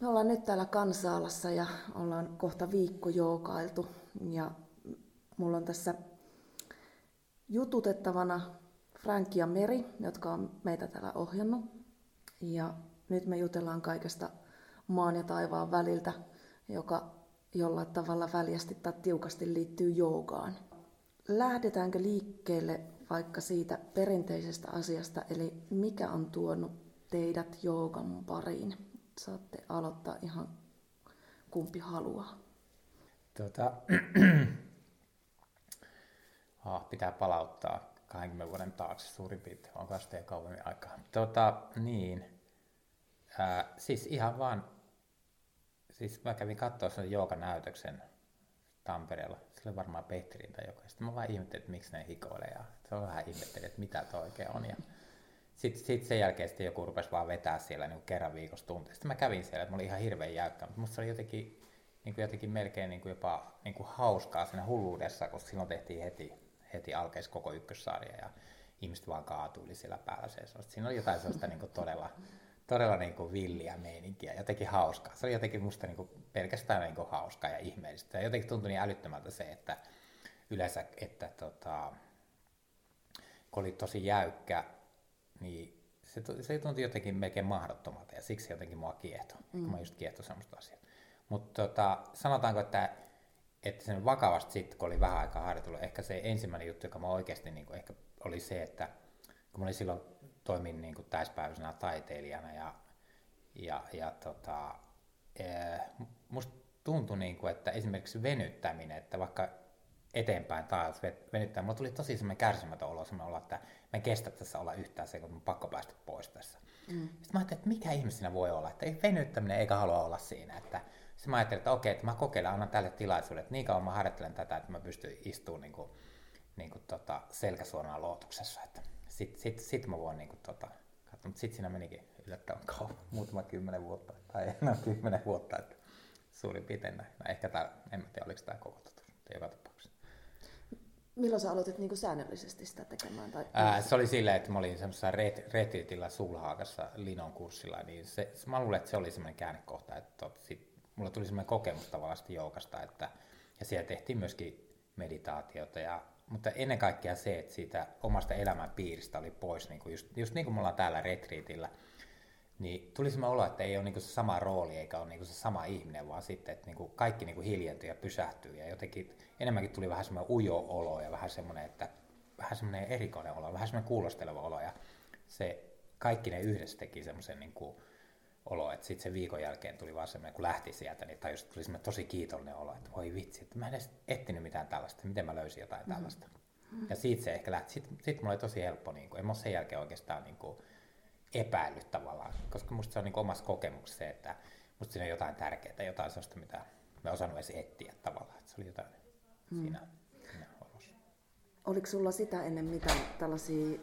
Me ollaan nyt täällä Kansaalassa ja ollaan kohta viikko joogailtu. Ja mulla on tässä jututettavana Frank ja Meri, jotka on meitä täällä ohjannut. Ja nyt me jutellaan kaikesta maan ja taivaan väliltä, joka jollain tavalla väljästi tai tiukasti liittyy joogaan. Lähdetäänkö liikkeelle vaikka siitä perinteisestä asiasta, eli mikä on tuonut teidät joogan pariin? Saatte aloittaa ihan kumpi haluaa. Pitää palauttaa 20 vuoden taakse suurin piirtein, onko sitä jo kauemmin aikaa. Siis ihan vaan, siis mä kävin katsoa sen jooganäytöksen Tampereella, se oli varmaan Petrin tai joku, sitten mä vaan ihmettelin, että miksi ne hikoilee, ja se on vähän ihmettelin, että mitä toi oikein on, ja sitten sen jälkeen sitten joku rupesi vaan vetää siellä niin kerran viikossa tuntia. Sitten mä kävin siellä, että mä olin ihan hirveän jäykkä, mutta musta se oli jotenkin melkein jopa hauskaa siinä hulluudessa, koska silloin tehtiin heti alkeisi koko ykkössarja ja ihmiset vaan kaatuili siellä päällä. Siinä oli jotain sellaista todella villiä meininkiä, jotenkin hauskaa. Se oli jotenkin musta pelkästään hauskaa ja ihmeellistä. Ja jotenkin tuntui niin älyttömältä se, että yleensä, että kun oli tosi jäykkä, niin se tuntui jotenkin melkein mahdottomalta ja siksi jotenkin mua kiehtoi. Mä just kiehtoi semmoista asiaa. Mutta sanotaanko, että sen vakavasti sitten, kun oli vähän aikaa harjoitellut, ehkä se ensimmäinen juttu, joka mä oikeasti ehkä oli se, että kun mä olin silloin toimin täyspäiväisenä taiteilijana ja musta tuntui, että esimerkiksi venyttäminen, että vaikka eteenpäin taas venyttää, mulla tuli tosi semmoinen kärsimätön olo, että mä en kestä tässä olla yhtään se, kun mun pakko päästä pois tässä. Sitten mä ajattelin, että mikä ihme siinä voi olla, että ei venyttäminen eikä halua olla siinä. Sitten mä ajattelin, että okei, että mä kokeilen, annan tälle tilaisuuden, että niin kauan mä harjoittelen tätä, että mä pystyn istumaan selkäsuorana lootuksessa. Sitten mä voin katsoa, mutta sitten siinä menikin yllättävän kauan, muutama 10 vuotta, tai enää 10 vuotta, että suurin piirtein näin. No ehkä en tiedä, oliko tämä koko totuus, mutta joka tapauksessa. Milloin sä aloitit säännöllisesti sitä tekemään? Se oli silleen, että mä olin semmoisessa retriitillä Sulhaakassa Linon kurssilla, niin mä luulen, että se oli semmoinen käännekohta, että mulla tuli semmoinen kokemus tavallaan joogasta, ja siellä tehtiin myöskin meditaatiota, mutta ennen kaikkea se, että siitä omasta elämänpiiristä oli pois, just niin kuin me ollaan täällä retriitillä, niin tuli semmoinen olo, että ei ole se sama rooli eikä ole se sama ihminen, vaan sitten, että kaikki hiljentyy ja pysähtyy, ja jotenkin enemmänkin tuli vähän semmoinen ujo olo ja vähän semmoinen erikoinen olo, vähän semmoinen kuulosteleva olo, ja se kaikki ne yhdessä teki semmoisen olo, että sitten se viikon jälkeen tuli vaan semmoinen, kun lähti sieltä, niin tuli semmoinen tosi kiitollinen olo, että voi vitsi, että mä en edes etsinyt mitään tällaista, miten mä löysin jotain tällaista. Ja siitä se ehkä lähti. Sitten mulla oli tosi helppo, en mä sen jälkeen oikeastaan epäillyt tavallaan, koska musta se on omassa kokemuksessa se, että musta siinä on jotain tärkeää, jotain sellaista, mitä mä osannut edes etsiä tavallaan, että se oli jotain siinä olossa. Oliko sulla sitä ennen mitään tällaisia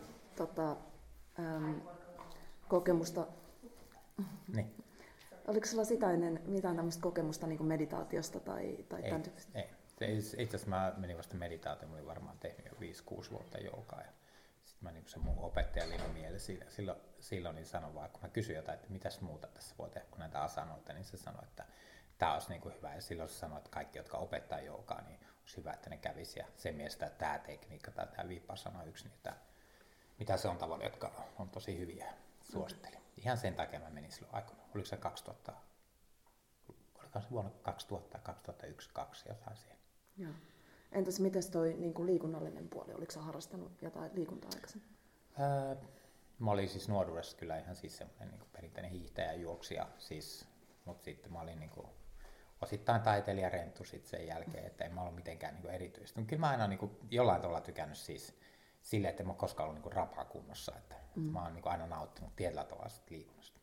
kokemusta? Niin. Oliko sulla sitä ennen mitään tämmöistä kokemusta meditaatiosta tai tämän tyyppistä? Ei. Itse asiassa mä menin vasta meditaatioon, mä olin varmaan tehnyt jo 5-6 vuotta joogaa. Sitten mä se mun opettaja Lino Mieli silloin niin sanoi vaan, kun mä kysyin jotain, että mitäs muuta tässä voi tehdä kuin näitä asanoita, niin se sanoi, että tämä olisi hyvä. Ja silloin se sanoi, että kaikki, jotka opettaa joogaa, niin olisi hyvä, että ne kävisi. Ja sen mielestä että tämä tekniikka tai tämä vipassana on yksi niitä, mitä se on tavalla, jotka on tosi hyviä, suosittelin. Ihan sen takia mä menin silloin aikoina. Oliko se 2000, oliko se vuonna 2000, 2001, 2002 jotain siihen. Joo. Entäs mites toi liikunnallinen puoli? Oliko sä harrastanut jotain liikuntaa aikaisemmin? Mä olin siis nuoruudessa kyllä ihan siis semmoinen perinteinen hiihtäjä ja juoksija, mutta sitten mä olin osittain taiteilijarenttu sitten sen jälkeen, että en mä ollut mitenkään erityistä. Mutta kyllä mä aina jollain tavalla tykännyt siis silleen, että en mä koskaan ollut rapakunnossa, että mä oon aina nauttinut tietyllä tavalla liikunnasta.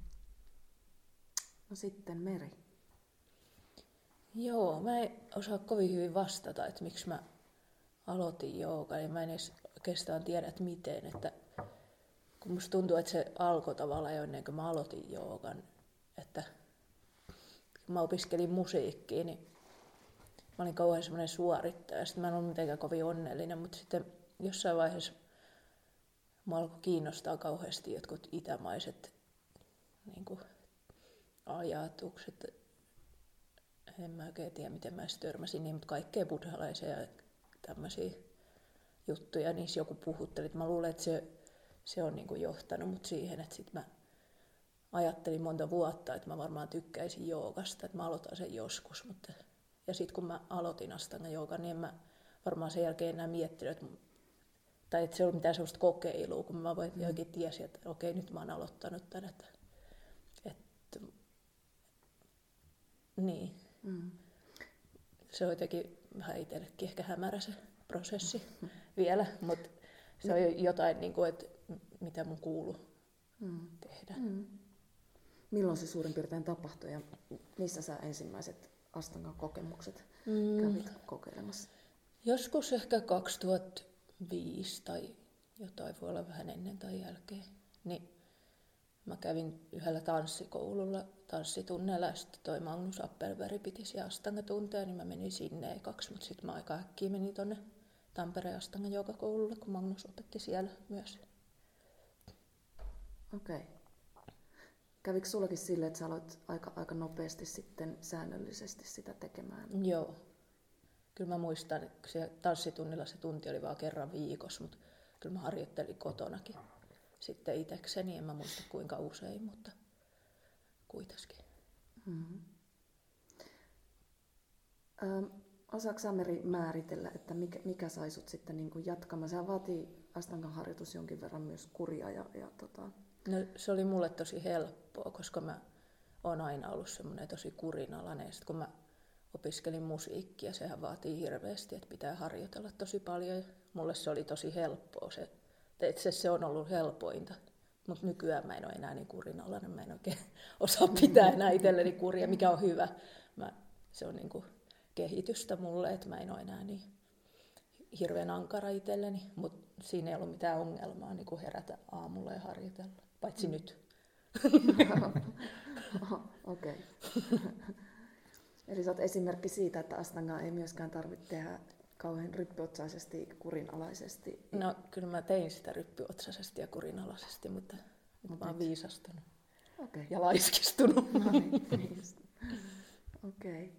No sitten Meri. Joo, mä en osaa kovin hyvin vastata, että miksi mä aloitin joogan, niin mä en edes oikeastaan tiedä, että miten. Että kun musta tuntuu, että se alkoi tavallaan jo ennen kuin mä aloitin joogan. Että kun mä opiskelin musiikkia, niin mä olin kauhean semmoinen suorittaja. Sitten mä en ollut mitenkään kovin onnellinen, mutta sitten jossain vaiheessa mä alkoi kiinnostaa kauheasti jotkut itämaiset ajatukset, en mä oikein tiedä miten mä edes törmäsin niin, mutta kaikkea buddhalaisia ja tämmöisiä juttuja, niissä joku puhutteli. Mä luulen, että se on niin kuin johtanut mut siihen, että sit mä ajattelin monta vuotta, että mä varmaan tykkäisin joogasta, että mä aloitan sen joskus. Ja sitten kun mä aloitin Astanga joogan, niin en mä varmaan sen jälkeen enää miettinyt, että se oli mitään sellaista kokeilua, kun mä jotenkin tiesin, että okei, nyt mä oon aloittanut tämän. Niin. Se on jotenkin vähän itsellekin ehkä hämärä se prosessi vielä, mutta se on jotain, niin kuin, että mitä mun kuuluu tehdä. Milloin se suurin piirtein tapahtui ja missä sä ensimmäiset Astangan kokemukset kävit kokeilemassa? Joskus ehkä 2005 tai jotain, voi olla vähän ennen tai jälkeen, niin mä kävin yhdellä tanssikoululla tanssitunneilla ja sitten toi Magnus Appelberg piti siellä Astanga-tunteja, niin mä menin sinne ekaksi, mutta sitten mä aika äkkiä menin tonne Tampereen Astanga joogakoululle, kun Magnus opetti siellä myös. Okei. Kävikö sullakin silleen, että sä aloit aika nopeasti sitten säännöllisesti sitä tekemään? Joo. Kyllä mä muistan, että siellä tanssitunnilla se tunti oli vaan kerran viikossa, mutta kyllä mä harjoittelin kotonakin sitten itsekseni. En mä muista kuinka usein, mutta kuitenkin. Osaatko sä, Meri, määritellä, että mikä sai sut sitten niin kuin jatkamaan? Sehän vaatii Astangan harjoitus jonkin verran myös kuria No, se oli mulle tosi helppoa, koska mä oon aina ollut semmoinen tosi kurinalainen. Sitten kun mä opiskelin musiikkia, sehän vaatii hirveästi, että pitää harjoitella tosi paljon. Mulle se oli tosi helppoa. Se on ollut helpointa. Mutta nykyään mä en ole enää niin kurinalainen. Mä en oikein osaa pitää enää itselleni kuria, mikä on hyvä. Se on niin kuin kehitystä mulle, että mä en ole enää niin hirveän ankara itselleni. Mutta siinä ei ollut mitään ongelmaa niin kuin herätä aamulla ja harjoitella. Paitsi nyt. Okei. Eli sä oot esimerkki siitä, että Astangaa ei myöskään tarvitse tehdä kauhean ryppyotsaisesti, kurinalaisesti. No kyllä mä tein sitä ryppyotsaisesti ja kurinalaisesti, mutta mä oon viisastunut ja laiskistunut. No niin. Okei.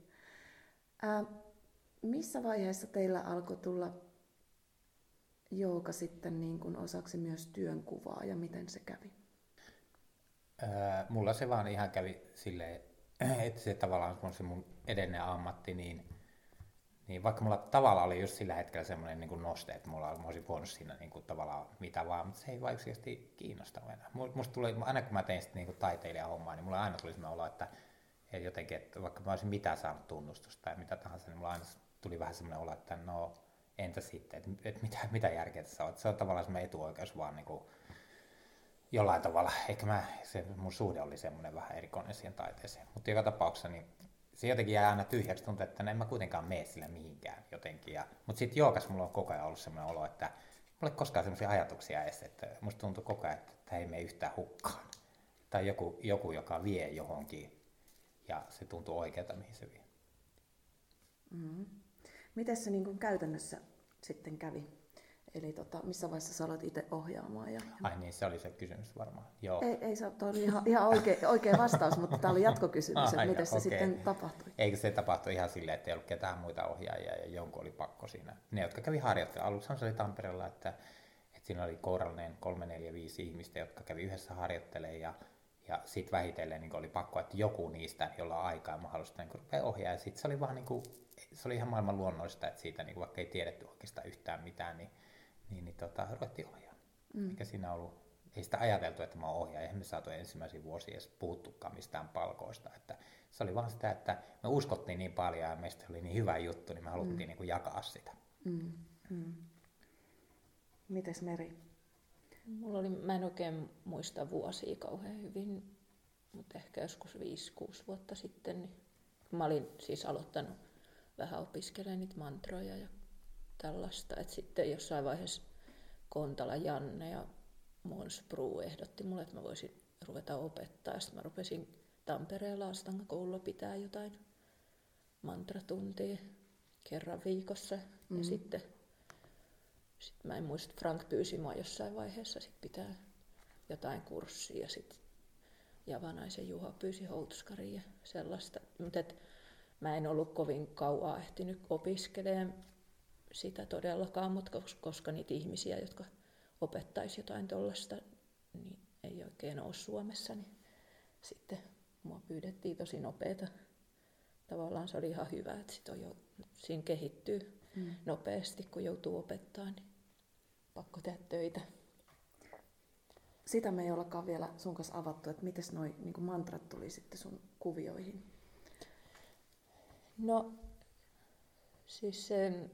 Missä vaiheessa teillä alkoi tulla jooga sitten niin kuin osaksi myös työnkuvaa ja miten se kävi? Mulla se vaan ihan kävi silleen, että se tavallaan kun se mun edellinen ammatti, niin vaikka mulla tavallaan oli just sillä hetkellä semmoinen niin kuin noste, että mä olisin voinut siinä niin kuin tavallaan mitä vaan, mutta se ei vaikeasti kiinnostanut enää. Musta tuli, aina kun mä tein sitä niin kuin taiteilijahommaa, niin mulla aina tuli semmoinen olo, että jotenkin, että vaikka mä olisin mitään saanut tunnustusta tai mitä tahansa, niin mulla aina tuli vähän semmoinen olo, että no entä sitten, että mitä järkeä tässä on. Että se on tavallaan semmoinen etuoikeus vaan niin kuin jollain tavalla. Ehkä mun suhde oli semmoinen vähän erikoinen siihen taiteeseen. Mutta joka tapauksessa niin se jotenkin jää aina tyhjäksi, tuntuu, että en mä kuitenkaan mene sillä mihinkään jotenkin. Mutta sitten joogas mulla on koko ajan ollut semmoinen olo, että mulla ei koskaan semmoisia ajatuksia edes, että musta tuntuu koko ajan, että tämä ei mene yhtään hukkaan. Tai joku, joka vie johonkin ja se tuntuu oikealta, mihin se vie. Miten se niin kuin käytännössä sitten kävi? Eli missä vaiheessa sä aloit itse ohjaamaan? Ai niin, se oli se kysymys varmaan. Joo. Ei se oli ihan oikea vastaus, mutta tämä oli jatkokysymys, että miten se sitten tapahtui? Eikö se tapahtui ihan silleen, että ei ollut ketään muita ohjaajia ja jonkun oli pakko siinä. Ne, jotka kävi harjoittelemaan. Aluksi se oli Tampereella, että siinä oli kourallinen 3, 4, 5 ihmistä, jotka kävi yhdessä harjoittelemaan ja sitten vähitellen niin oli pakko, että joku niistä, jolla on aikaa ja mahdollista niin rupea ohjaa. Ja sitten se oli vaan niin kuin, se oli ihan maailman luonnollista, että siitä niin kuin, vaikka ei tiedetty oikeastaan yhtään mitään, niin ruvettiin ohjaamaan. Eikä siinä ollut, ei sitä ajateltu, että mä oon ohjaaja. Eihän me saatu ensimmäisiä vuosia edes puhuttukaan mistään palkoista. Että se oli vaan sitä, että me uskottiin niin paljon ja meistä oli niin hyvä juttu, niin me haluttiin niin kuin jakaa sitä. Mites Meri? Mä en oikein muista vuosia kauhean hyvin, mutta ehkä joskus 5-6 vuotta sitten. Niin mä olin siis aloittanut vähän opiskelemaan niitä mantroja ja tällaista. Et sitten jossain vaiheessa Kontala Janne ja Måns Bru ehdotti mulle, että mä voisin ruveta opettaa. Ja sitten mä rupesin Tampereella Astanga-koululla pitää jotain mantratuntia kerran viikossa. Ja sitten mä en muista, Frank pyysi mua jossain vaiheessa sit pitää jotain kurssia. Javanaisen Juha pyysi Houtskariin ja sellaista. Mutta mä en ollut kovin kauan ehtinyt opiskelemaan sitä todellakaan, mutta koska niitä ihmisiä, jotka opettaisi jotain tuollaista, niin ei oikein ole Suomessa, niin sitten mua pyydettiin tosi nopeata. Tavallaan se oli ihan hyvä, että siinä kehittyy nopeasti, kun joutuu opettamaan, niin pakko tehdä töitä. Sitä me ei olekaan vielä sun kanssa avattu, että miten noi niin mantrat tuli sitten sun kuvioihin? No, siis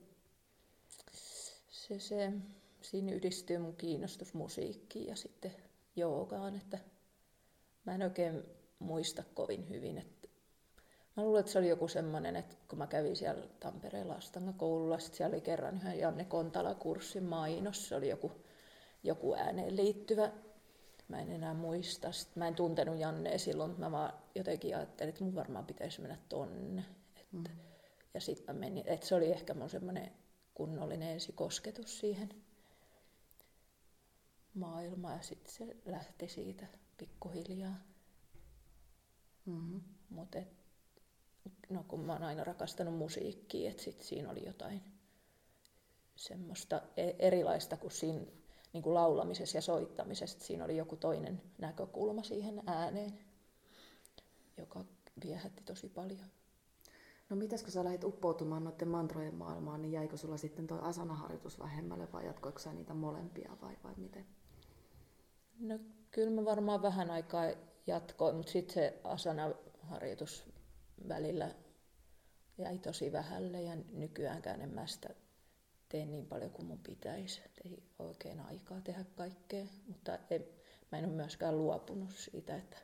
siinä yhdistyy mun kiinnostus musiikkiin ja sitten joogaan, että mä en oikein muista kovin hyvin. Mä luulen, että se oli joku semmoinen, että kun mä kävin siellä Tampereella Astanga-koululla, sitten siellä oli kerran yhden Janne Kontala-kurssin mainos, se oli joku ääneen liittyvä. Mä en enää muista. Sitten mä en tuntenut Jannea silloin, mutta mä vaan jotenkin ajattelin, että mun varmaan pitäisi mennä tonne. Ja sitten mä menin, että se oli ehkä mun semmoinen kunnollinen ensikosketus siihen maailmaan ja sitten se lähti siitä pikkuhiljaa. Mutta no, kun mä oon aina rakastanut musiikkia, että sitten siinä oli jotain semmoista erilaista kuin siinä niin kuin laulamisessa ja soittamisessa. Siinä oli joku toinen näkökulma siihen ääneen, joka viehätti tosi paljon. No mitäs kun sä lähdit uppoutumaan noiden mantrojen maailmaan, niin jäikö sulla sitten toi asanaharjoitus vähemmälle vai jatkoiko sä niitä molempia vai miten? No kyllä mä varmaan vähän aikaa jatkoin, mutta sitten se asanaharjoitus välillä jäi tosi vähälle ja nykyäänkään en mä sitä tee niin paljon kuin mun pitäisi. Ei oikein aikaa tehdä kaikkea, mutta mä en ole myöskään luopunut siitä. Että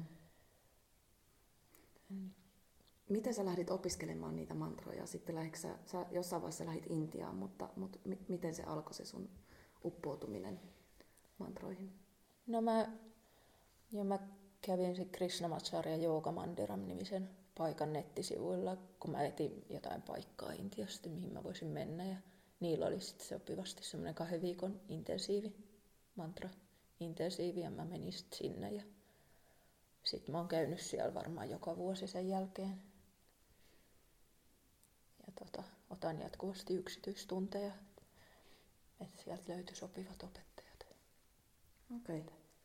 Miten sä lähdit opiskelemaan niitä mantroja? Sitten sä jossain vaiheessa lähdit Intiaan, mutta miten se alkoi se sun uppoutuminen mantroihin? No mä kävin se Krishnamacharya Yoga Mandiram-nimisen paikan nettisivuilla, kun mä etin jotain paikkaa Intiasta, mihin mä voisin mennä. Ja niillä oli sitten sopivasti semmoinen 2 viikon mantra-intensiivi, ja mä menin sitten sinne. Ja sitten mä oon käynyt siellä varmaan joka vuosi sen jälkeen. Ja otan jatkuvasti yksityistunteja, että sieltä löytyi sopivat opettajat. Okei.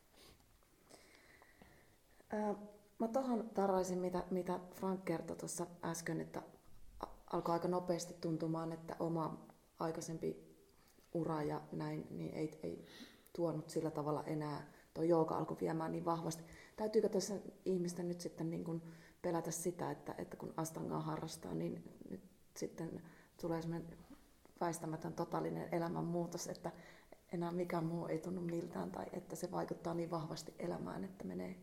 Mä tohon tarraisin, mitä Frank kertoi tuossa äsken, että alkoi aika nopeasti tuntumaan, että oma aikaisempi ura ja näin niin ei tuonut sillä tavalla enää, tuo jooga alkoi viemään niin vahvasti. Täytyykö tässä ihmisten nyt sitten niin kuin pelätä sitä, että kun astangaa harrastaa, niin nyt sitten tulee semmoinen väistämätön totaalinen elämänmuutos, että enää mikään muu ei tunnu miltään tai että se vaikuttaa niin vahvasti elämään, että menee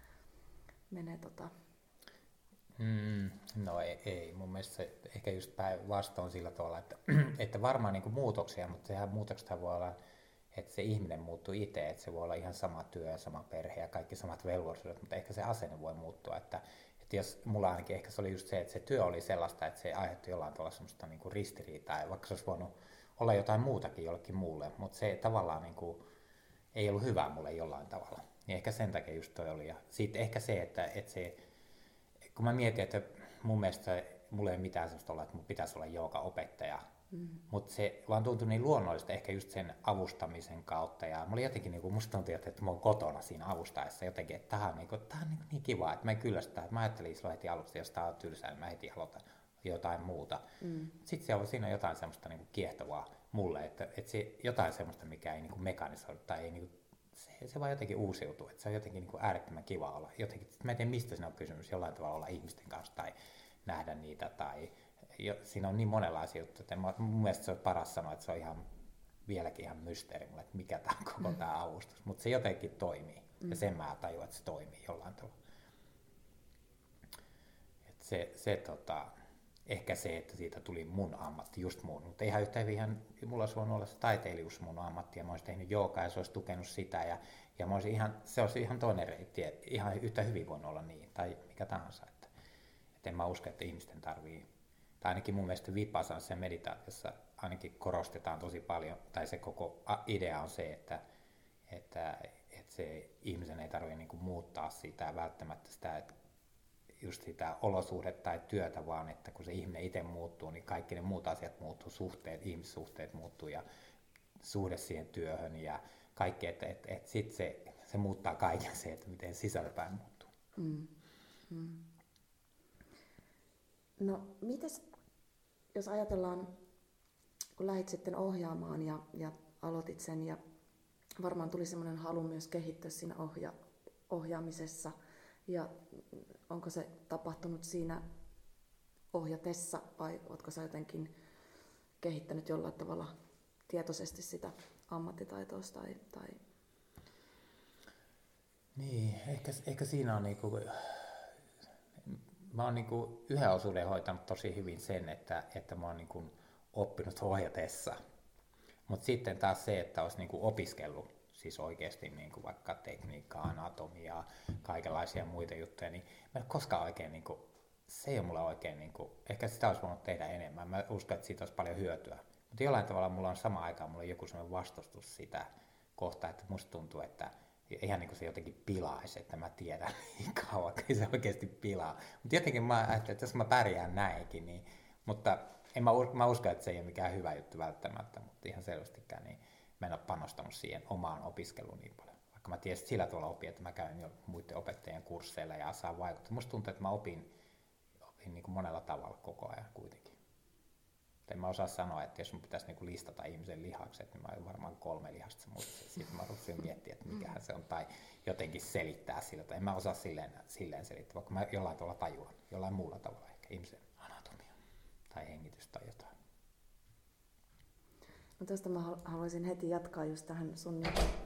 No ei. Mun mielestä se ehkä just päinvastoin sillä tavalla, että varmaan niin kuin muutoksia, mutta sehän muutoksethan voi olla, että se ihminen muuttuu itse, että se voi olla ihan sama työ ja sama perhe ja kaikki samat velvollisuudet, mutta ehkä se asenne voi muuttua, että jos mulla ainakin ehkä se oli just se, että se työ oli sellaista, että se aiheutti jollain tavalla semmoista niin kuin ristiriitaa, vaikka se olisi voinut olla jotain muutakin jollekin muulle, mutta se tavallaan niin kuin ei ollut hyvä mulle jollain tavalla. Niin ehkä sen takia just toi oli. Ja sitten ehkä se, että se, kun mä mietin, että mun mielestä mulla ei ole mitään sellaista olla, että mun pitäisi olla joogaopettaja, mutta se vaan tuntui niin luonnollista ehkä just sen avustamisen kautta. Ja mulla jotenkin, niin musta tuntui, että mä oon kotona siinä avustaessa jotenkin, että tää on niin kiva, että mä en kyllästä. Että mä ajattelin silloin heti alusta, jos tää on tylsää, niin mä heti aloitan jotain muuta. Sitten siinä on jotain semmoista niin kiehtovaa mulle, että se jotain semmoista, mikä ei niin mekanisoidu tai ei niin se vaan jotenkin uusiutuu, että se on jotenkin niin äärettömän kiva olla. Jotenkin, mä en tiedä, mistä siinä on kysymys, jollain tavalla olla ihmisten kanssa tai nähdä niitä. Siinä on niin monenlaisia juttuja, että mun mielestä se on paras sanoa, että se on vieläkin ihan mysteeri mulle, että mikä tämä on koko tämä avustus. Mutta se jotenkin toimii ja sen mä tajuan, että se toimii jollain tavalla. Ehkä se, että siitä tuli mun ammatti, just mun, mutta ihan yhtä hyvin, mulla olisi voinut olla se taiteilijuus mun ammatti ja mä olisin tehnyt joogaa ja se olisi tukenut sitä ja se olisi ihan toinen reitti, ihan yhtä hyvin voinut olla niin tai mikä tahansa. Että en mä usko, että ihmisten tarvii, tai ainakin mun mielestä Vipassanassa ja meditaatiossa ainakin korostetaan tosi paljon, tai se koko idea on se, että se ihmisen ei tarvitse niin kuin muuttaa sitä välttämättä sitä, just sitä olosuhdetta tai työtä, vaan että kun se ihminen itse muuttuu, niin kaikki ne muut asiat muuttuu, suhteet, ihmissuhteet muuttuu ja suhde siihen työhön ja kaikki, että sitten se muuttaa kaiken se, että miten sisältäpäin muuttuu. No, mites, jos ajatellaan, kun lähdit sitten ohjaamaan ja aloitit sen ja varmaan tuli semmoinen halu myös kehittyä siinä ohjaamisessa ja onko se tapahtunut siinä ohjatessa vai oletko sä jotenkin kehittänyt jollain tavalla tietoisesti sitä ammattitaitoa tai... Niin, ehkä siinä on niinku, mä oon niinku yhden osuuden hoitanut tosi hyvin sen, että mä oon niinku oppinut ohjatessa. Mutta sitten taas se, että olisi niinku opiskellut siis oikeasti niinku vaikka tekniikkaa, anatomiaa, kaikenlaisia muita juttuja, niin mä en koskaan oikein, niinku, se ei ole mulle oikein, niinku, ehkä sitä olisi voinut tehdä enemmän. Mä uskon, että siitä olisi paljon hyötyä. Mutta jollain tavalla mulla on samaan aikaan mulla on joku sellainen vastustus sitä kohtaa, että musta tuntuu, että ihan niin kuin se jotenkin pilaisi, että mä tiedän niin kauan, että se oikeasti pilaa. Mutta jotenkin mä ajattelin, että jos mä pärjään näinkin, niin, mutta mä uskon, että se ei ole mikään hyvä juttu välttämättä, mutta ihan selvästikään, niin mä en ole panostanut siihen omaan opiskeluun niin paljon. Vaikka mä tiesin sillä tavalla opin, että mä käyn jo muiden opettajien kursseilla ja saan vaikuttaa. Musta tuntuu, että mä opin niin kuin monella tavalla koko ajan kuitenkin. En mä osaa sanoa, että jos mun pitäisi niinku listata ihmisen lihakset, niin mä olen varmaan 3 lihasta muista. Sitten mä rupesin miettiä, että mikähän se on, tai jotenkin selittää sillä. Tai en mä osaa silleen selittää, vaikka mä jollain tavalla tajuan, jollain muulla tavalla ehkä ihmisen anatomia tai hengitys tai jotain. No tästä mä haluaisin heti jatkaa just tähän sun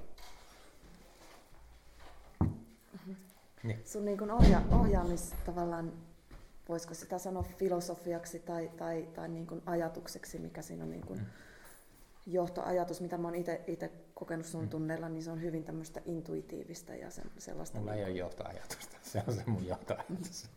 sun niin kuin ohjaamis tavallaan, voisiko sitä sanoa filosofiaksi tai niin kuin ajatukseksi, mikä siinä on niin kuin johtoajatus, mitä mä oon itse kokenut sun tunneilla, niin se on hyvin tämmöistä intuitiivista ja sellaista. Mulla ei ole johtoajatusta, se on se mun johtoajatus.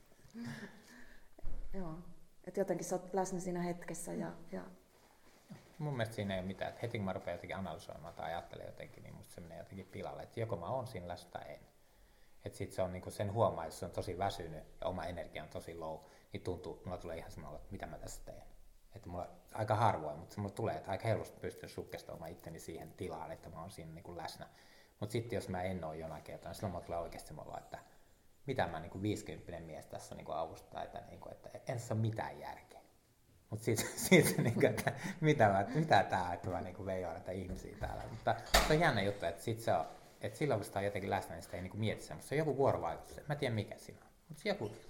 Joo, että jotenkin sä oot läsnä siinä hetkessä ja... Mun mielestä siinä ei ole mitään, että heti kun mä rupean jotenkin analysoimaan tai ajattelemaan jotenkin, niin musta se menee jotenkin pilalle, että joko mä oon siinä läsnä tai en. Että sit se on niinku sen huomaa, jos se on tosi väsynyt ja oma energia on tosi low, niin tuntuu, mulla tulee ihan semmoinen, että mitä mä tässä teen. Että mulla aika harvoin, mutta se mulla tulee, että aika helposti pystyn sukkestamaan itteni siihen tilaan, että mä oon siinä niinku läsnä. Mutta sitten jos mä en oo jonain kertaa, niin silloin mulla tulee oikeasti semmoinen, että mitä mä niinku 50 mies tässä niinku avustaa, että en saa mitään järkeä. Mutta sitten niinku, että mitä tää, että mä niinku veijoan näitä ihmisiä täällä. Mutta se on jännä juttu, että sit se on, että silloin kun sitä on jotenkin läsnä, niin sitä ei niinku mieti semmoista. Se on joku vuorovaikutus. Mä en tiedä mikä siinä on. Mutta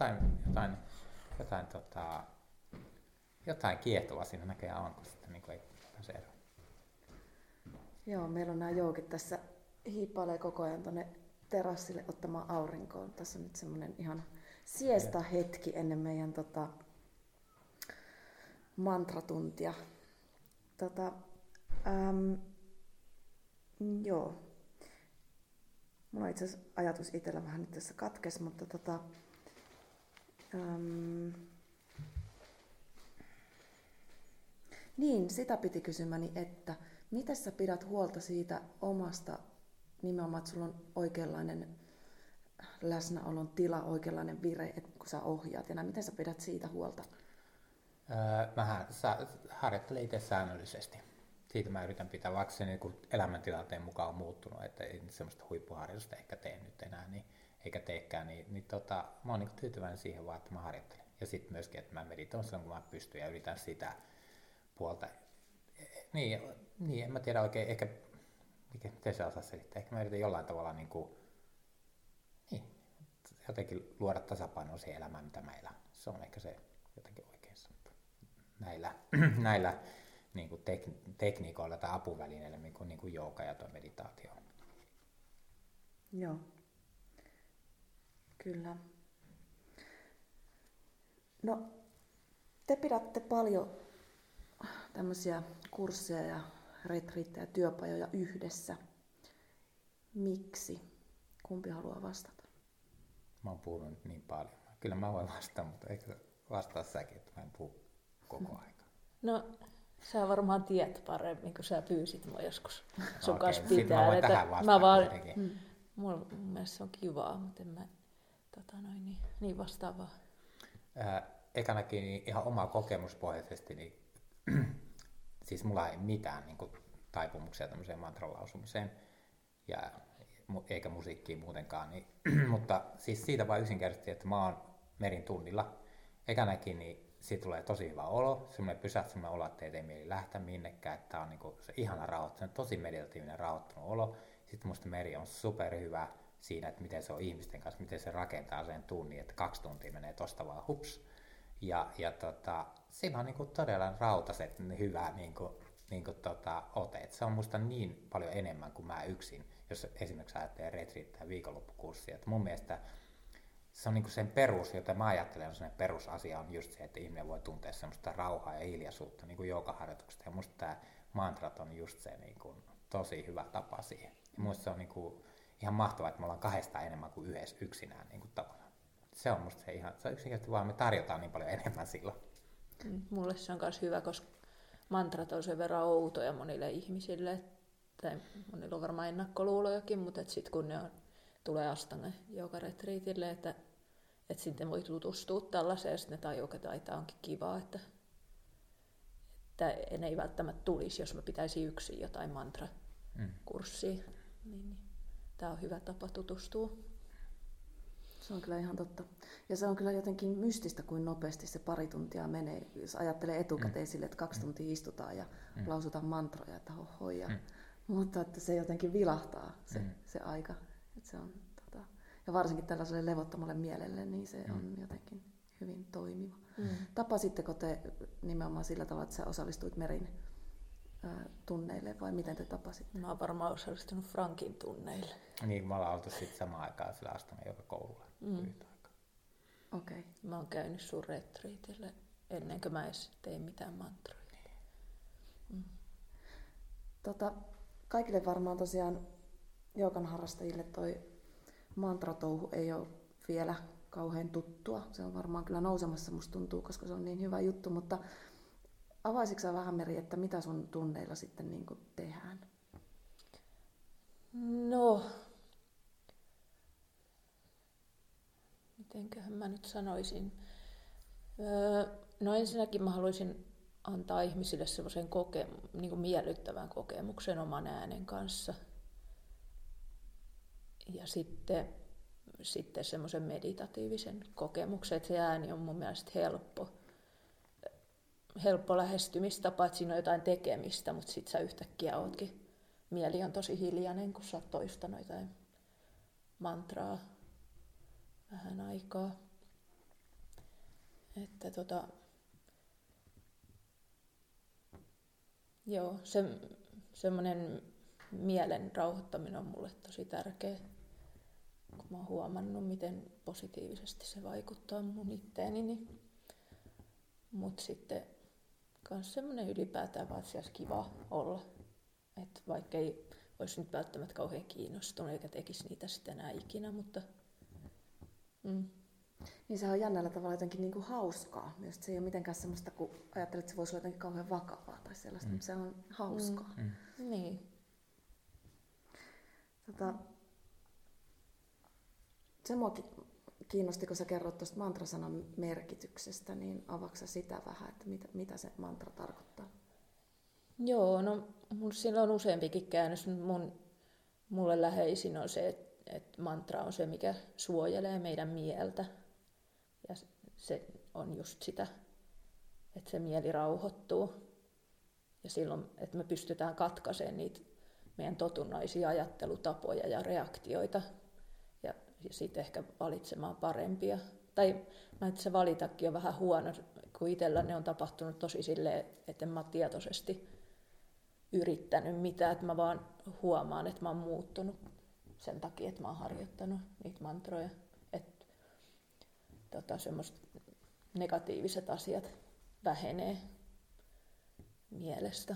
jotain kiehtovaa siinä näköjään on, kun sitten niinku ei pääse eroon. Joo, meillä on nämä joukit tässä hiippailee koko ajan tuonne terassille ottamaan aurinkoon. Tässä on nyt semmoinen ihan siesta hetki ennen meidän mantratuntia. Joo. Mulla on itse asiassa ajatus itsellä vähän nyt tässä katkes, mutta niin, sitä piti kysymäni, että miten sä pidät huolta siitä omasta nimenomaan, että sulla on oikeanlainen läsnäolon tila, oikeanlainen vire, että kun sä ohjaat ja näin, miten sä pidät siitä huolta? Mä harjoittelen itse säännöllisesti. Siitä mä yritän pitää, vaikka se niin elämäntilanteen mukaan on muuttunut, että ei semmoista huippuharjoitusta ehkä tee nyt enää, eikä teekään, niin mä oon niin tyytyväinen siihen vaan, että mä harjoittelen. Ja sitten myöskin, että mä meditoin silloin, kun mä pystyn ja yritän sitä puolta. Niin, en mä tiedä oikein, ehkä, miten se osaa selittää, ehkä mä yritän jollain tavalla jotenkin luoda tasapainoa siihen elämään, mitä mä elän. Se on ehkä se jotenkin oikein sanottu. Näillä niin kuin tekniikoilla tai apuvälineillä, niin kuin jooga ja tuo meditaatio. Joo, kyllä. No, te pidätte paljon tämmöisiä kursseja ja retriittejä, työpajoja yhdessä. Miksi? Kumpi haluaa vastata? Mä oon puhunut nyt niin paljon. Kyllä mä voin vastata, mutta eikö vastaa säkin, että mä en puhu koko aika. No, Sä varmaan tiedät paremmin, kun sä pyysit mua joskus sun Okei, kanssa sit pitää. mä voin tähän vastata kuitenkin. Mun mielestä se on kivaa, mutta en mä niin vastaavaa. Ekanakin niin ihan omaa kokemuspohjaisesti, niin siis mulla ei mitään niin kuin, taipumuksia tämmöiseen mantran lausumiseen, eikä musiikkiin muutenkaan. Niin, mutta siis siitä vaan yksinkertaisesti, että mä oon Merin tunnilla. Ekanakin niin siitä tulee tosi hyvä olo, semmoinen pysähtyminen olo, että ei mieli lähteä minnekään, että on niin kuin, se ihana rauhoittunut, tosi meditatiivinen rauhoittunut olo. Sitten musta Meri on superhyvä siinä, että miten se on ihmisten kanssa, miten se rakentaa sen tunnin, että 2 tuntia menee tosta vaan hups. Ja siinä on niinku todella rautaset hyvä ote. Se on musta niin paljon enemmän kuin mä yksin, jos esimerkiksi ajattelee retriittää viikonloppukurssia. Että mun mielestä se on niinku sen perus, jota mä ajattelen, sellainen perusasia on just se, että ihminen voi tuntea semmoista rauhaa ja hiljaisuutta niin kuin joogaharjoituksesta. Ja musta tää mantrat on just se niinku tosi hyvä tapa siihen. Ja musta se on niinku ihan mahtavaa, että me ollaan 2 enemmän kuin yhdessä yksinään niinku tavallaan. Se on musta se ihan, se on yksinkertaisesti vaan, me tarjotaan niin paljon enemmän silloin. Mulle se on myös hyvä, koska mantrat on sen verran outoja monille ihmisille, tai monilla on varmaan ennakkoluulojakin, mutta sitten kun tulee Astanga joogaretriitille, että sitten voi tutustua tällaiseen, ja sitten ne tajuu, että tämä onkin kivaa, että ne ei välttämättä tulisi, jos mä pitäisin yksin jotain mantrakurssia. Niin, tämä on hyvä tapa tutustua. Se on kyllä ihan totta. Ja se on kyllä jotenkin mystistä, kuin nopeasti se 2 tuntia menee. Jos ajattelee etukäteen sille, että 2 tuntia istutaan ja lausutaan mantroja, että hohoi. Mutta että se jotenkin vilahtaa se aika. Että se on, ja varsinkin tällaiselle levottomalle mielelle, niin se on jotenkin hyvin toimiva. Tapasitteko te nimenomaan sillä tavalla, että sä osallistuit Merin tunneille vai miten te tapasitte? Mä oon varmaan osallistunut Frankin tunneille. Niin, me ollaan oltu sitten samaan aikaan sillä Astanga joogakoululla. Okei. Mä oon käynyt sun retriitille ennen kuin mä edes tein mitään mantroja. Kaikille varmaan tosiaan joogan harrastajille toi mantratouhu ei ole vielä kauhean tuttua. Se on varmaan kyllä nousemassa, musta tuntuu, koska se on niin hyvä juttu, mutta avaisitko sä vähän, Meri, että mitä sun tunneilla sitten niin kuin tehdään? No, mitenköhän mä nyt sanoisin? No ensinnäkin mä haluaisin antaa ihmisille semmoisen niin kuin miellyttävän kokemuksen oman äänen kanssa. Ja sitten semmoisen meditatiivisen kokemuksen, että se ääni on mun mielestä helppo lähestymistapa, että siinä on jotain tekemistä, mutta sitten sä yhtäkkiä ootkin. Mieli on tosi hiljainen, kun sä oot toistanut jotain mantraa vähän aikaa. Että joo, semmoinen mielen rauhoittaminen on mulle tosi tärkeä, kun mä oon huomannut, miten positiivisesti se vaikuttaa mun itteeni. Niin. Mutta sitten myös semmoinen ylipäätään vaan, että se olisi kiva olla. Että vaikka ei olisi nyt välttämättä kauhean kiinnostunut eikä tekisi niitä sitten enää ikinä, mutta Niin se on jännällä tavalla jotenkin niin kuin hauskaa. Myös se ei ole mitenkään semmoista, kun ajattelet, että se voisi olla jotenkin kauhean vakavaa tai sellaista, mutta se on hauskaa. Niin. Se mua kiinnosti, kun sä kerroit tuosta mantrasanan merkityksestä, niin avaksä sitä vähän, että mitä se mantra tarkoittaa? Joo, no sillä on useampikin käännös. Mulle läheisin on se, että mantra on se, mikä suojelee meidän mieltä. Ja se on just sitä, että se mieli rauhoittuu. Ja silloin, että me pystytään katkaisemaan niitä meidän totunnaisia ajattelutapoja ja reaktioita. Ja sitten ehkä valitsemaan parempia. Tai se valitakin on vähän huono, kun itsellä ne on tapahtunut tosi silleen, että en mä ole tietoisesti yrittänyt mitään. Että mä vaan huomaan, että mä oon muuttunut sen takia, että mä oon harjoittanut niitä mantroja. Että semmoiset negatiiviset asiat vähenee mielestä.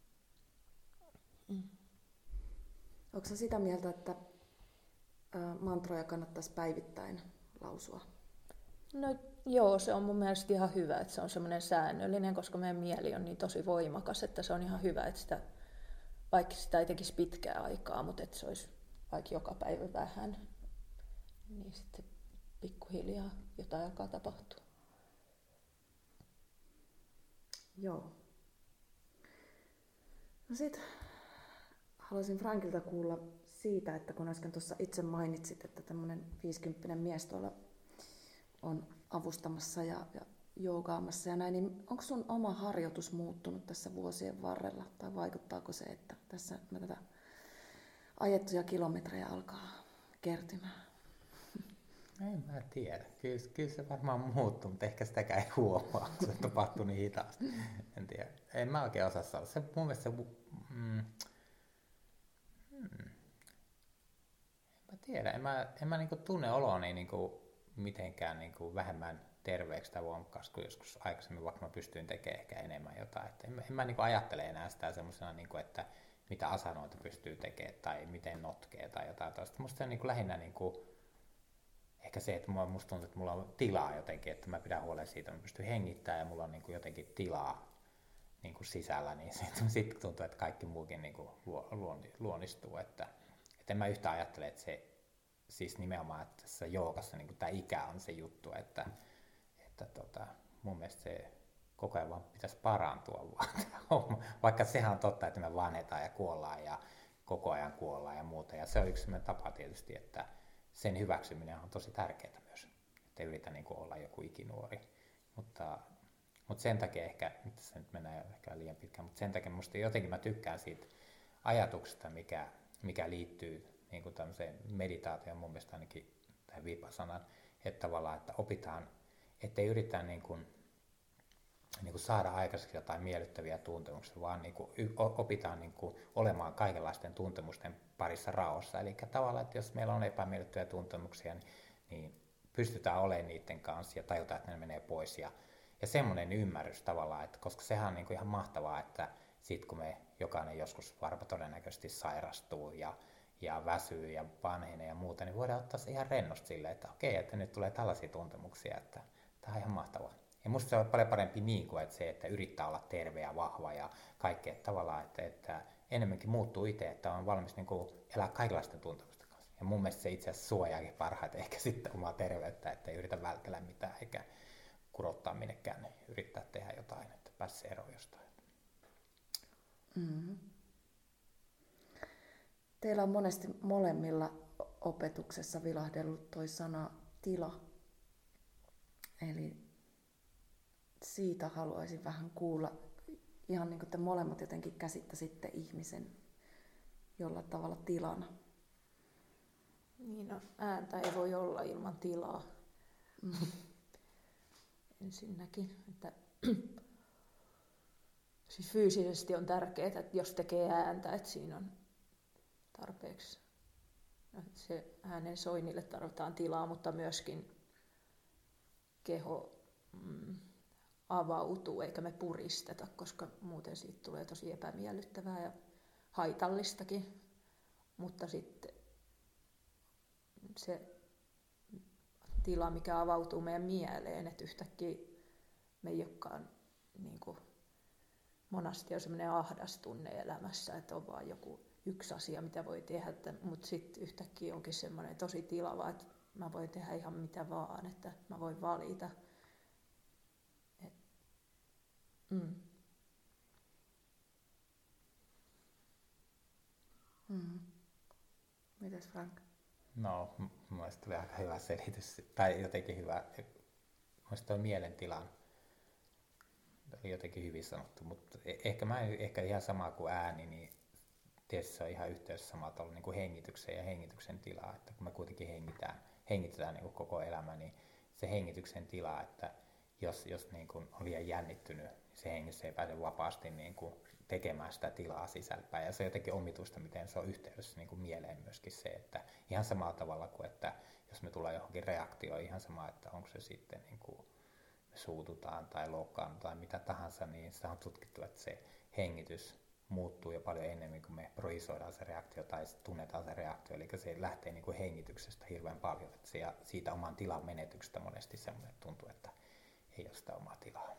Onko sä sitä mieltä, että mantroja kannattaisi päivittäin lausua? No joo, se on mun mielestä ihan hyvä, että se on semmoinen säännöllinen, koska meidän mieli on niin tosi voimakas, että se on ihan hyvä, että sitä, vaikka sitä ei tekisi pitkää aikaa, mutta että se olisi vaikka joka päivä vähän, niin sitten pikkuhiljaa jotain alkaa tapahtua. Joo. No sit haluaisin Frankilta kuulla siitä, että kun äsken tuossa itse mainitsit, että tämmöinen 50 mies tuolla on avustamassa ja joogaamassa ja näin, niin onko sun oma harjoitus muuttunut tässä vuosien varrella? Tai vaikuttaako se, että tässä näitä ajettuja kilometrejä alkaa kertymään? En mä tiedä. Kyllä se varmaan muuttuu, mutta ehkä sitäkään ei huomaa, kun se tapahtuu niin hitaasti. En tiedä. En mä oikein osaa sanoa. Se mun mielestä en mä tiedä. En mä niinku tunne oloani niinku mitenkään niinku vähemmän terveeksi tai voimakkaasti kuin joskus aikaisemmin, vaikka mä pystyin tekemään ehkä enemmän jotain. Että en mä niinku ajattele enää sitä semmoisena, niinku, että mitä asanoita pystyy tekemään tai miten notkee tai jotain toista. Musta se on niinku lähinnä niinku ehkä se, että musta tuntuu, että mulla on tilaa jotenkin, että mä pidän huolen siitä, että mä pystyn hengittämään ja mulla on niinku jotenkin tilaa niinku sisällä, niin sitten tuntuu, että kaikki muukin niinku luonnistuu. Että en mä yhtään ajattele, että se siis nimenomaan että tässä joogassa niinku tämä ikä on se juttu, että mun mielestä se koko ajan vaan pitäisi parantua vaan. Vaikka sehän on totta, että me vanhetaan ja kuollaan ja koko ajan kuollaan ja muuta. Ja se on yksi sellainen tapa tietysti, että sen hyväksyminen on tosi tärkeää myös, että yritä niin kuin olla joku ikinuori. Mutta sen takia ehkä, tässä nyt mennään ehkä liian pitkään, mutta sen takia musta jotenkin mä tykkään siitä ajatuksesta, mikä liittyy niin kuin tämmöiseen meditaatioon mun mielestä ainakin tähän vipassanan, että tavallaan, että opitaan, ettei yritä niin kuin saada aikaiseksi jotain miellyttäviä tuntemuksia, vaan niin kuin opitaan niin kuin olemaan kaikenlaisten tuntemusten parissa raossa. Eli tavallaan, että jos meillä on epämiellyttäviä tuntemuksia, niin pystytään olemaan niiden kanssa ja tajutaan, että ne menee pois. Ja semmoinen ymmärrys tavallaan, että koska sehän on niin kuin ihan mahtavaa, että sit kun me jokainen joskus varma todennäköisesti sairastuu ja väsyy ja vanhenee ja muuta, niin voidaan ottaa se ihan rennosti silleen, että okei, että nyt tulee tällaisia tuntemuksia, että tämä on ihan mahtavaa. Ja musta se on paljon parempi niin kuin että se, että yrittää olla terve ja vahva ja kaikkea tavallaan, että enemmänkin muuttuu itse, että on valmis niin kuin elää kaikenlaisten tuntemusten kanssa. Ja mun mielestä se itse asiassa suojaakin parhaiten ehkä sitten omaa terveyttä, että ei yritä vältellä mitään eikä kurottaa minnekään, niin yrittää tehdä jotain, että pääsee eroon jostain. Mm-hmm. Teillä on monesti molemmilla opetuksessa vilahdellut toi sana tila. Eli siitä haluaisin vähän kuulla, ihan niin kuin te molemmat jotenkin käsittäisitte ihmisen jollain tavalla tilana. Niin, no, ääntä ei voi olla ilman tilaa. Ensinnäkin, että siis fyysisesti on tärkeää, että jos tekee ääntä, että siinä on tarpeeksi. Se äänen soinnille tarvitaan tilaa, mutta myöskin keho avautuu, eikä me puristeta, koska muuten siitä tulee tosi epämiellyttävää ja haitallistakin. Mutta sitten se tila, mikä avautuu meidän mieleen, että yhtäkkiä me ei olekaan niin kuin monasti on semmoinen ahdas tunne elämässä, että on vaan joku yksi asia, mitä voi tehdä, mutta sitten yhtäkkiä onkin semmoinen tosi tilava, että mä voin tehdä ihan mitä vaan, että mä voin valita. Mites Frank? No, mielestäni tuli aika hyvä selitys, tai jotenkin hyvä, mielestäni tuo mielentilan oli jotenkin hyvin sanottu, mutta ehkä ihan sama kuin ääni, niin tietysti se on ihan yhteydessä samalla tavalla niin kuin hengitykseen ja hengityksen tilaa, että kun me kuitenkin hengitetään niin kuin koko elämä, niin se hengityksen tila, että jos niin kuin on liian jännittynyt, niin se hengissä ei pääse vapaasti niin kuin tekemään sitä tilaa sisälpäin. Ja se on jotenkin omituista, miten se on yhteydessä niin kuin mieleen myöskin se, että ihan samalla tavalla kuin, että jos me tulee johonkin reaktioon, ihan sama, että onko se sitten niin kuin me suututaan tai loukkaannutaan tai mitä tahansa, niin sitä on tutkittu, että se hengitys muuttuu jo paljon enemmän kuin me projisoidaan se reaktio tai tunnetaan se reaktio. Eli se lähtee niin kuin hengityksestä hirveän paljon. Että siitä oman tilan menetyksestä monesti semmoinen tuntuu, että ei ole sitä omaa tilaa.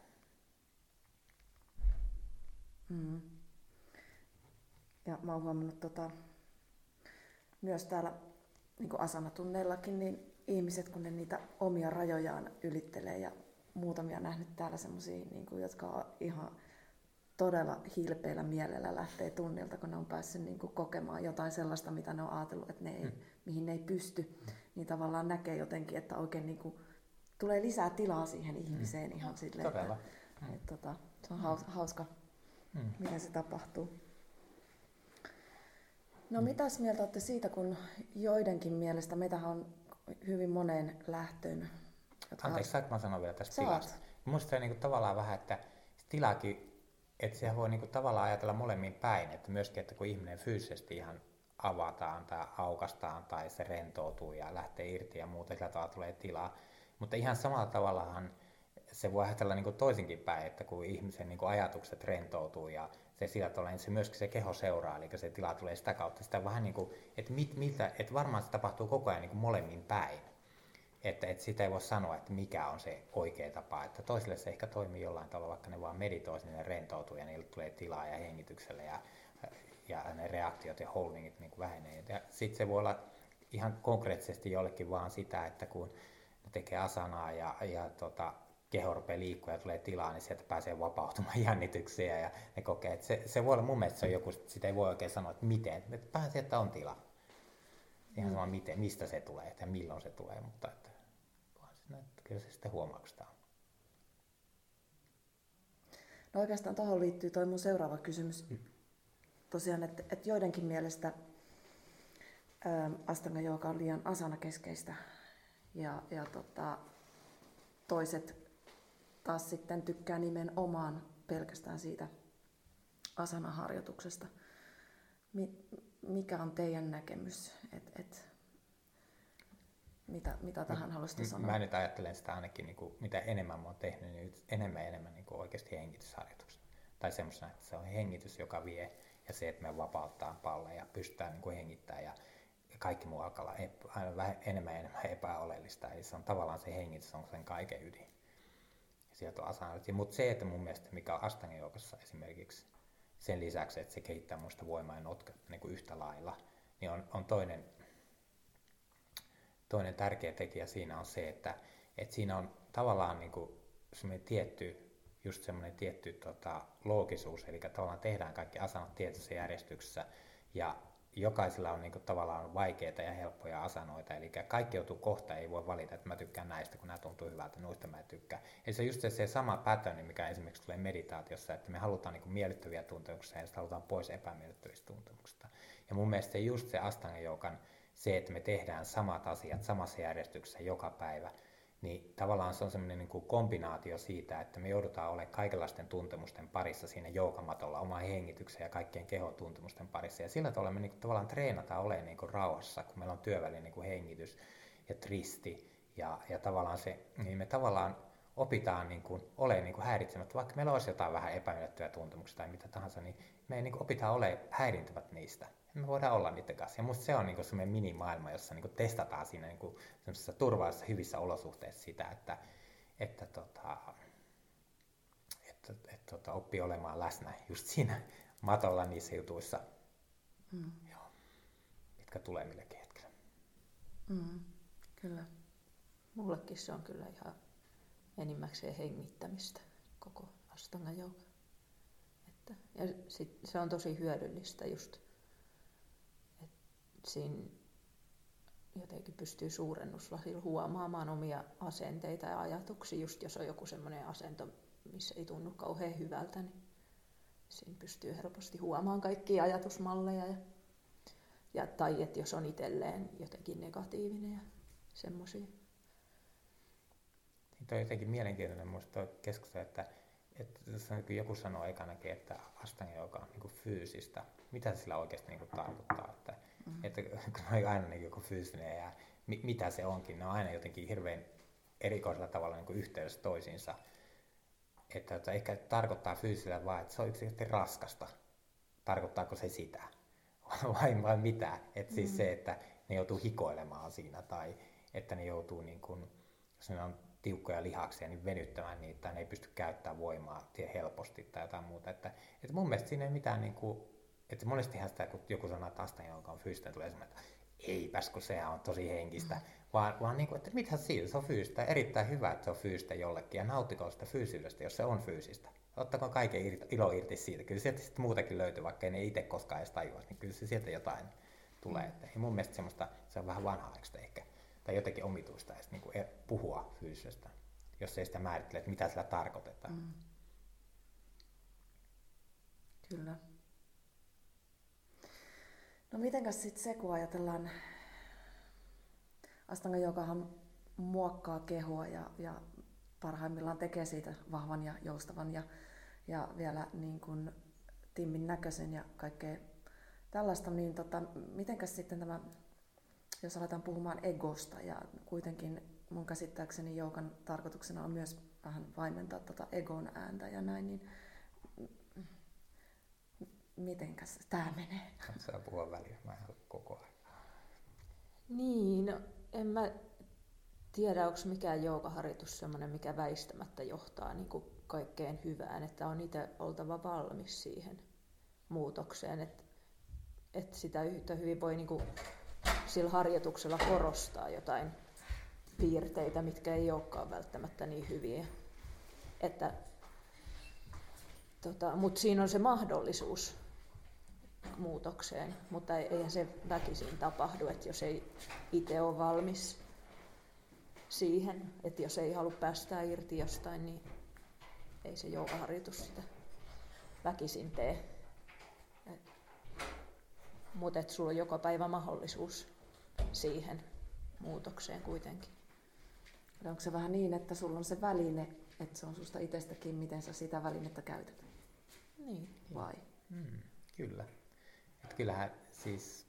Mm. Ja mä oon huomannut myös täällä niin kuin asanatunneilla,kin niin ihmiset, kun ne niitä omia rajojaan ylittelee ja muutamia nähnyt täällä semmosia, niin kuin, jotka on ihan todella hilpeillä mielellä lähtee tunnilta, kun ne on päässyt niin kuin kokemaan jotain sellaista, mitä ne on ajatellut, että mihin ne ei pysty, niin tavallaan näkee jotenkin, että oikein niin kuin tulee lisää tilaa siihen ihmiseen ihan silleen, että se on hauska, miten se tapahtuu. No mitäs mieltä olette siitä, kun joidenkin mielestä meitähän on hyvin moneen lähtöön. Anteeksi, saanko mä sanoa vielä tästä tilasta? Minusta se niin tavallaan vähän, että tilakin, että sehän voi niin kuin tavallaan ajatella molemmin päin, että myöskin, että kun ihminen fyysisesti ihan avataan tai aukastaan tai se rentoutuu ja lähtee irti ja muuta, sillä tavalla tulee tilaa. Mutta ihan samalla tavallahan se voi ajatella niin kuin toisinkin päin, että kun ihmisen niin kuin ajatukset rentoutuu ja se sillä tavalla, niin se myöskin se keho seuraa, eli se tila tulee sitä kautta. Sitä vähän niin kuin, että varmaan se tapahtuu koko ajan niin kuin molemmin päin. Että sitä ei voi sanoa, että mikä on se oikea tapa. Että toisille se ehkä toimii jollain tavalla, vaikka ne vaan meditoi, niin ne rentoutuu ja niille tulee tilaa ja hengitykselle ja ne reaktiot ja holdingit niin kuin vähenee. Ja sitten se voi olla ihan konkreettisesti jollekin vaan sitä, että kun ne tekee asanaa ja keho rupeaa liikkua ja tulee tilaa, niin sieltä pääsee vapautumaan jännityksiä ja ne kokee, että se voi olla mun mielestä se on joku, sitä ei voi oikein sanoa, että miten, että pääsee, että on tila. Ihan sama miten, mistä se tulee ja milloin se tulee, mutta että kyllä se sitten huomaa, kun sitä on. No oikeastaan tuohon liittyy toi mun seuraava kysymys. Tosiaan, että joidenkin mielestä Astanga jooga on liian asanakeskeistä ja toiset taas sitten tykkää nimenomaan pelkästään siitä asanaharjoituksesta. Mikä on teidän näkemys? Mitä tähän haluaisitte sanoa? Mä nyt ajattelen sitä ainakin, niin kuin, mitä enemmän mä oon tehnyt, niin enemmän niin kuin oikeasti hengitysharjoituksia. Tai semmoisena, että se on hengitys, joka vie, ja se, että me vapauttaa palloja ja pystytään niin kuin hengittämään, ja kaikki muu alkaa olla aina enemmän epäoleellista. Eli se on tavallaan se hengitys, on sen kaiken ydin. Ja sieltä on asanat. Mutta se, että mun mielestä, mikä on Astanga joogassa esimerkiksi, sen lisäksi, että se kehittää muista voimaa ja notketta niin kuin yhtä lailla, niin on toinen tärkeä tekijä siinä on se, että siinä on tavallaan niin kuin semmoinen tietty loogisuus, eli tavallaan tehdään kaikki asanat tietyssä järjestyksessä, ja jokaisella on niin kuin tavallaan vaikeita ja helppoja asanoita, eli kaikki joutuu kohta, ei voi valita, että mä tykkään näistä, kun nämä tuntuu hyvältä, noista mä tykkään. Eli se on just se sama pattern, mikä esimerkiksi tulee meditaatiossa, että me halutaan niin kuin miellyttäviä tuntemuksia ja sitten halutaan pois epämiellyttävistä tuntemuksista. Ja mun mielestä se just se Astanga joogan, se, että me tehdään samat asiat samassa järjestyksessä joka päivä, niin tavallaan se on semmoinen niin kuin kombinaatio siitä, että me joudutaan olemaan kaikenlaisten tuntemusten parissa siinä joogamatolla, oman hengityksen ja kaikkien kehotuntemusten parissa. Ja sillä tavalla me niin kuin tavallaan treenataan olemaan niin kuin rauhassa, kun meillä on työvälin niin kuin hengitys ja tristi. Ja tavallaan se, niin me tavallaan opitaan niin kuin olemaan niin kuin häiritsemättä, vaikka meillä olisi jotain vähän epämiellyttäviä tuntemuksia tai mitä tahansa, niin me niin kuin opitaan olemaan häirintyvät niistä. Me voidaan olla niiden kanssa. Ja musta se on niinku semmoinen minimaailma, jossa niinku testataan siinä niinku semmoisessa turvallisessa hyvissä olosuhteissa sitä, että oppii olemaan läsnä just siinä matolla niissä jutuissa, joo, mitkä tulee milläkin hetkellä. Kyllä. Mullekin se on kyllä ihan enimmäkseen hengittämistä, koko Astanga jooga. Ja sit se on tosi hyödyllistä just, että siinä jotenkin pystyy suurennuslasilla huomaamaan omia asenteita ja ajatuksia, just jos on joku semmoinen asento, missä ei tunnu kauhean hyvältä, niin siinä pystyy helposti huomaamaan kaikkia ajatusmalleja tai että jos on itselleen jotenkin negatiivinen ja semmoisia. Tuo on jotenkin mielenkiintoinen minusta tuo keskustelu, että joku sanoo ekanakin, että Astanga jooga on niin kuin fyysistä. Mitä se sillä oikeasti niin kuin tarkoittaa? Että kun on aina niin joku fyysinen ja mitä se onkin, ne on aina jotenkin hirveän erikoisella tavalla niin kuin yhteydessä toisiinsa. Että ehkä tarkoittaa fyysillä vaan, että se on yksinkertaisesti raskasta. tarkoittaako se sitä vai mitä. Että siis se, että ne joutuu hikoilemaan siinä tai että ne joutuu, niin kun, jos ne on tiukkoja lihaksia, niin venyttämään niitä tai ne ei pysty käyttämään voimaa helposti tai jotain muuta. Että mun mielestä siinä ei mitään, niin kuin, että monestihan sitä, kun joku sanoo, että Astan jooga on fyysistä, tulee semmoinen, että eipäs, kun sehän on tosi henkistä. Vaan niin kuin, että mithän siitä, se on fyysistä. Erittäin hyvä, että se on fyysistä jollekin ja nauttiko sitä fyysisyydestä, jos se on fyysistä. Ottakaa kaiken ilo irti siitä. Kyllä sieltä sitten muutakin löytyy, vaikka ei ne itse koskaan edes tajua, niin kyllä se sieltä jotain tulee. Ja mun mielestä semmoista, se on vähän vanha-aikaista ehkä, tai jotenkin omituista edes niin kuin puhua fyysisestä, jos ei sitä määrittele, että mitä sillä tarkoitetaan. Kyllä. No mitenkäs sitten se, kun ajatellaan, Astanga joogahan muokkaa kehoa ja parhaimmillaan tekee siitä vahvan ja joustavan ja vielä niin kuin timmin näköisen ja kaikkea tällaista, niin mitenkäs sitten tämä, jos aletaan puhumaan egosta ja kuitenkin mun käsittääkseni joogan tarkoituksena on myös vähän vaimentaa egon ääntä ja näin, niin mitenkäs tää menee? Saa puhua väliin, mä en koko ajan. Niin, no, en mä tiedä, onko mikään joogaharjoitus sellainen, mikä väistämättä johtaa niin kuin kaikkeen hyvään, että on itse oltava valmis siihen muutokseen, että sitä yhtä hyvin voi niin kuin sillä harjoituksella korostaa jotain piirteitä, mitkä ei olekaan välttämättä niin hyviä. Mutta siinä on se mahdollisuus muutokseen, mutta eihän se väkisin tapahdu, että jos ei itse ole valmis siihen, että jos ei halua päästää irti jostain, niin ei se joogaharjoitus sitä väkisin tee. Mutta että sulla on joka päivä mahdollisuus siihen muutokseen kuitenkin. Ja onko se vähän niin, että sulla on se väline, että se on susta itsestäkin, miten sä sitä välinettä käytät? Niin. Vai? Kyllä. Et kyllähän siis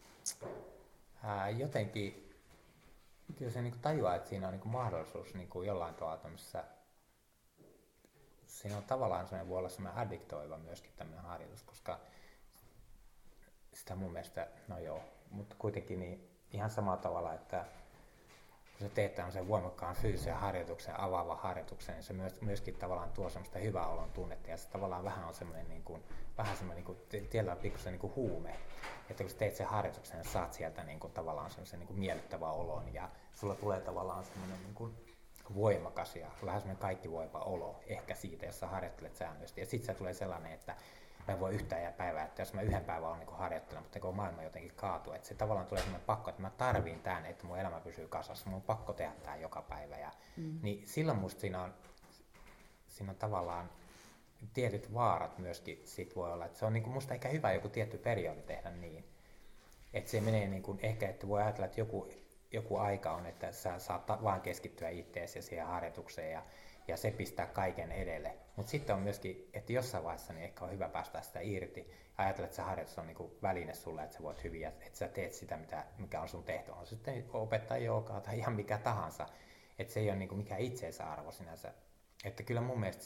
jotenkin kyllä se niinku tajuaa, että siinä on niinku mahdollisuus niinku jollain tavalla tämmöisessä, siinä on tavallaan sellainen, voi olla sellainen addiktoiva myöskin tämmöinen harjoitus, koska sitä mun mielestä, no joo, mutta kuitenkin niin ihan samalla tavalla, että kun sä teet tämmöisen voimakkaan fyysisen harjoituksen, avaavan harjoituksen, niin se myöskin tavallaan tuo semmoista hyvää olon tunnetta ja se tavallaan vähän on semmoinen niin kuin, vähän semmoinen niin kuin, tietyllä pikkusen niin kuin huume, että kun sä teet sen harjoituksen, niin saat sieltä niin kuin, tavallaan semmoisen niin kuin miellyttävän olon ja sulla tulee tavallaan semmoinen niin kuin voimakas ja vähän semmoinen kaikki voiva olo ehkä siitä, jos sä harjoittelet säännöllisesti ja sitten se tulee sellainen, että mä en voi yhtään jää päivää, että jos mä yhden päivän on niin harjoittelen, mutta kun maailma jotenkin kaatuu, että se tavallaan tulee sellainen pakko, että mä tarviin tämän, että mun elämä pysyy kasassa, mun on pakko tehdä tämä joka päivä. Ja, niin silloin musta siinä on tavallaan tietyt vaarat myöskin sit voi olla, että se on niin kuin musta ehkä hyvä joku tietty periodi tehdä niin, että se menee niin kuin, ehkä, että voi ajatella, että joku aika on, että sä saat vaan keskittyä itseesi ja siihen harjoitukseen ja se pistää kaiken edelle. Mutta sitten on myöskin, että jossain vaiheessa niin ehkä on hyvä päästä sitä irti ja ajatella, että se harjoitus on niinku väline sulle, että sä voit hyvin ja että sä teet sitä, mikä on sun tehtävä. On se sitten opettaa joogaa tai ihan mikä tahansa. Että se ei ole niinku mikään itseisarvo sinänsä. Että kyllä mun mielestä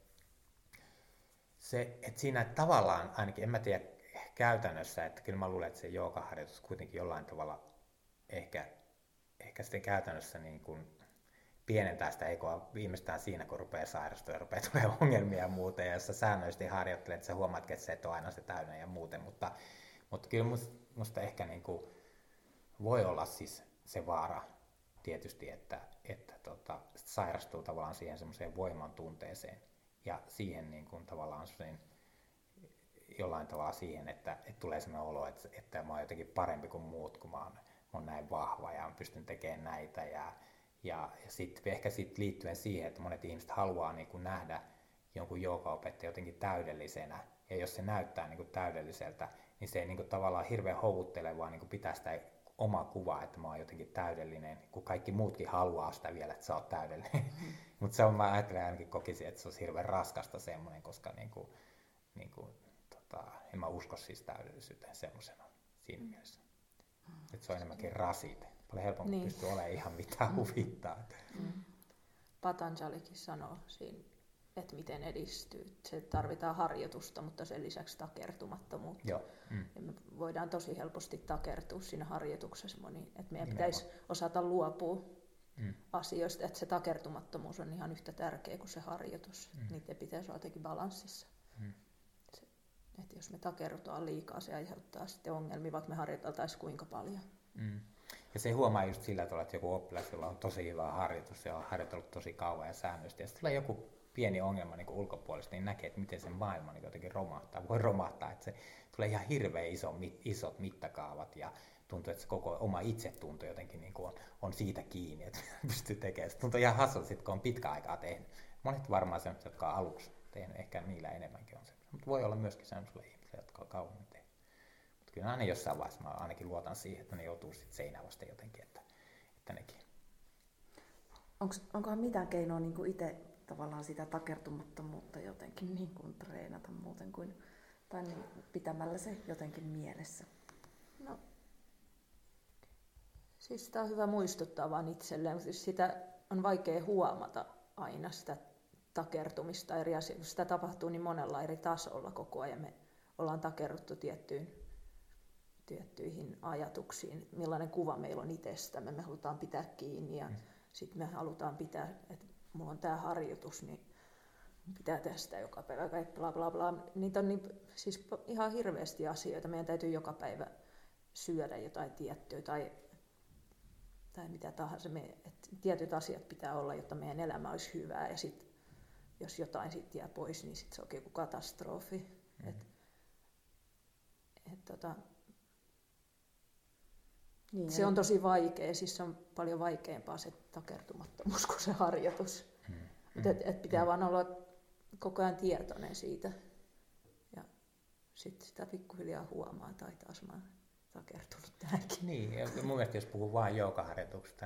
se että siinä tavallaan, ainakin en mä tiedä käytännössä, että kyllä mä luulen, että se joogaharjoitus kuitenkin jollain tavalla ehkä sitten käytännössä niin kuin pienentää sitä egoa viimeistään siinä, kun rupeaa sairastumaan ja rupeaa tulemaan ongelmia ja muuta. Ja jos sä säännöllisesti harjoittelet, että sä huomaat, että se et ole aina se täynnä ja muuten. Mutta kyllä musta ehkä niin kuin voi olla siis se vaara tietysti, että sairastuu tavallaan siihen semmoiseen voiman tunteeseen. Ja siihen niin kuin tavallaan jollain tavalla siihen, että tulee sellainen olo, että mä oon jotenkin parempi kuin muut, kun mä oon näin vahva ja pystyn tekemään näitä. Ja sitten ehkä liittyen siihen, että monet ihmiset haluaa niin kuin nähdä jonkun joogaopettajan jotenkin täydellisenä. Ja jos se näyttää niin kuin täydelliseltä, niin se ei niin kuin tavallaan hirveän houkuttelevaa niin kuin pitää sitä omaa kuvaa, että mä oon jotenkin täydellinen, kun kaikki muutkin haluaa sitä vielä, että sä oot täydellinen. Mutta se on, mä ajattelen ainakin kokisin, että se on hirveän raskasta semmoinen, koska en mä usko siis täydellisyyteen semmoisena siinä mielessä. Että se on enemmänkin rasite. Paljon helpommin pystyy olemaan ihan mitä huvittaa. Patanjalikin sanoo siinä että miten edistyy. Se tarvitaan harjoitusta, mutta sen lisäksi takertumattomuutta. Joo. Ja me voidaan tosi helposti takertua siinä harjoituksessa moni, että meidän pitäisi osata luopua asioista, että se takertumattomuus on ihan yhtä tärkeä kuin se harjoitus. Niiden pitäisi olla jotenkin balanssissa. Että jos me takerrutaan liikaa, se aiheuttaa sitten ongelmia, vaikka me harjoiteltaisiin kuinka paljon. Ja se huomaa just sillä tavalla, että joku oppilas, jolla on tosi hyvä harjoitus ja on harjoitellut tosi kauan ja säännöllisesti, ja sitten tulee joku pieni ongelma niin ulkopuolesta, niin näkee, että miten se maailma niin jotenkin voi romahtaa, että se tulee ihan hirveän isot mittakaavat ja tuntuu, että se koko oma itsetunto jotenkin niin kuin on siitä kiinni, että pystyy tekemään. Se tuntuu ihan hassulta, kun on pitkä aikaa tehnyt. Monet varmaan sellaiset, jotka on aluksi tehnyt, ehkä niillä enemmänkin on se. Mutta voi olla myöskin sellaisilla ihmisillä, jotka on kauemmin tehnyt. Mutta kyllä aina jossain vaiheessa mä ainakin luotan siihen, että ne joutuu sitten seinään vasta jotenkin, että nekin. Onkohan mitään keinoa niin kuin itse tavallaan sitä takertumattomuutta jotenkin niin kuin treenata muuten kuin, tai niin pitämällä se jotenkin mielessä? No, siis sitä on hyvä muistuttaa vaan itselleen. Siis sitä on vaikea huomata aina sitä takertumista eri asioissa. Sitä tapahtuu niin monella eri tasolla koko ajan. Me ollaan takerruttu tiettyihin ajatuksiin, millainen kuva meillä on itsestämme. Me halutaan pitää kiinni ja sitten me halutaan pitää, että mulla on tämä harjoitus, niin pitää tehdä sitä joka päivä, bla bla bla. Niitä on siis ihan hirveästi asioita. Meidän täytyy joka päivä syödä jotain tiettyä tai mitä tahansa. Tietyt asiat pitää olla, jotta meidän elämä olisi hyvää. Ja sit, jos jotain sit jää pois, niin sit se onkin joku katastrofi. Niin, se on tosi vaikea. Siis se on paljon vaikeampaa se takertumattomuus kuin se harjoitus. Et pitää vaan olla koko ajan tietoinen siitä. Ja sitten sitä pikkuhiljaa huomaa, tai taas mä oon takertunut tähänkin. Niin, ja mun mielestä jos puhuu vain joogaharjoituksesta,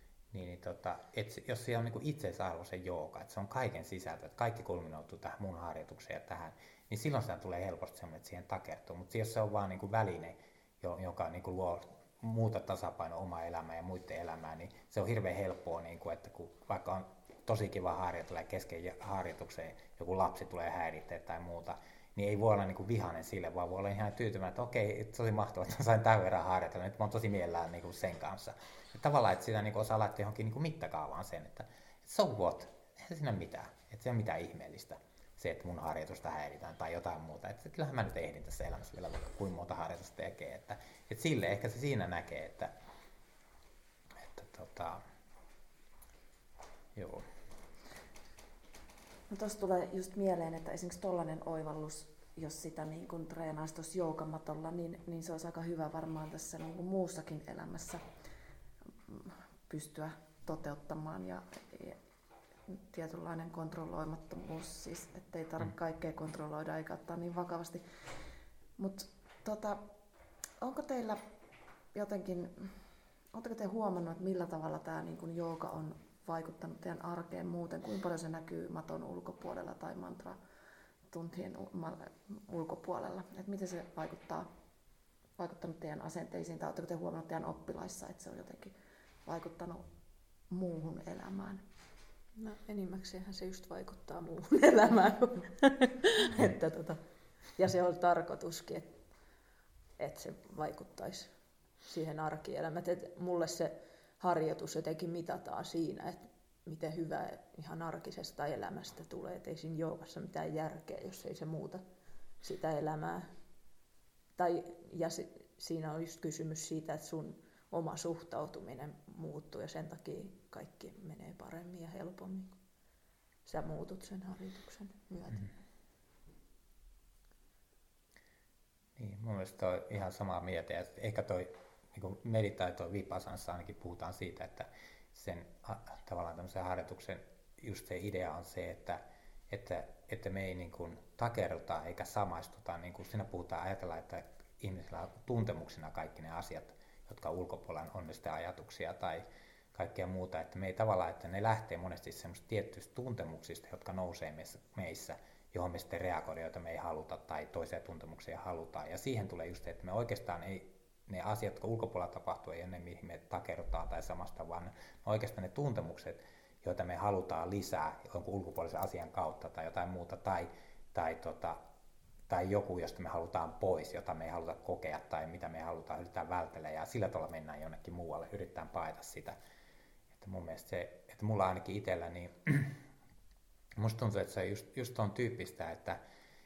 jos siellä on niin itseisarvo se jooga, että se on kaiken sisältö, että kaikki kulminoituu tähän mun harjoitukseen ja tähän, niin silloin sitä tulee helposti semmoinen, että siihen takertuu. Mutta jos se on vaan niin väline, joka niin luo muuta tasapainoa omaa elämää ja muiden elämää, niin se on hirveän helppoa, että kun vaikka on tosi kiva harjoitella ja kesken harjoitukseen joku lapsi tulee häiritteä tai muuta, niin ei voi olla niin vihainen sille, vaan voi olla ihan tyytyväinen, että okei, tosi mahtavaa, että sain tämän verran harjoitella, nyt mä oon tosi mielellään niin sen kanssa. Ja tavallaan, että sitä niin osaa laittaa johonkin niin mittakaavaan sen, että so what, eihän siinä mitään, että se ei ole mitään ihmeellistä, se, että mun harjoitusta häiritään tai jotain muuta. Että kyllähän mä nyt ehdin tässä elämässä vielä vaikka kuinka monta harjoitusta tekee, että sille ehkä se siinä näkee, että joo. No tossa tulee just mieleen, että esimerkiksi tollainen oivallus, jos sitä niin kun treenaisi tuossa joogamatolla, niin se olisi aika hyvä varmaan tässä niin kuin muussakin elämässä pystyä toteuttamaan ja tietynlainen kontrolloimattomuus, siis ettei tarvitse kaikkea kontrolloida eikä ottaa niin vakavasti. Mutta onko teillä jotenkin, oletteko te huomannut, että millä tavalla tämä niin kun jooga on vaikuttanut teidän arkeen muuten, kuinka paljon se näkyy maton ulkopuolella tai mantra-tuntien ulkopuolella, että miten se vaikuttanut teidän asenteisiin, tai oletteko te huomannut teidän oppilaissa, että se on jotenkin vaikuttanut muuhun elämään? No enimmäkseenhän se just vaikuttaa muuhun elämään. Ja se on tarkoituskin, että se vaikuttaisi siihen arkielämään. Mulle se harjoitus jotenkin mitataan siinä, että miten hyvä ihan arkisesta elämästä tulee. Et ei siinä joogassa mitään järkeä, jos ei se muuta sitä elämää. Siinä on just kysymys siitä, että sun oma suhtautuminen muuttuu ja sen takia kaikki menee paremmin ja helpommin, kun sä muutut sen harjoituksen myötä. Niin, mun mielestä on ihan samaa mieltä. Ja ehkä toi niin meditaatio vipassanassa ainakin puhutaan siitä, että sen tavallaan tämmöisen harjoituksen just se idea on se, että me ei niin kuin takerruta eikä samaistuta. Niin kuin siinä ajatellaan, että ihmisillä on tuntemuksina kaikki ne asiat, jotka ulkopuolella on ne sitten ajatuksia tai kaikkea muuta, että me ei tavallaan, että ne lähtee monesti semmoista tiettyistä tuntemuksista, jotka nousee meissä, johon me sitten reagoidaan, joita me ei haluta tai toisia tuntemuksia halutaan. Ja siihen tulee just, että me oikeastaan ei, ne asiat, jotka ulkopuolella tapahtuu, ei ole ne, mihin me takerrutaan tai samasta, vaan oikeastaan ne tuntemukset, joita me halutaan lisää jonkun ulkopuolisen asian kautta tai jotain muuta, tai joku, josta me halutaan pois, jota me ei haluta kokea tai mitä me halutaan yrittää vältellä, ja sillä tavalla mennään jonnekin muualle, yritetään paeta sitä. Että mun mielestä se, että mulla ainakin itsellä, niin musta tuntuu, että se on just ton tyyppistä, että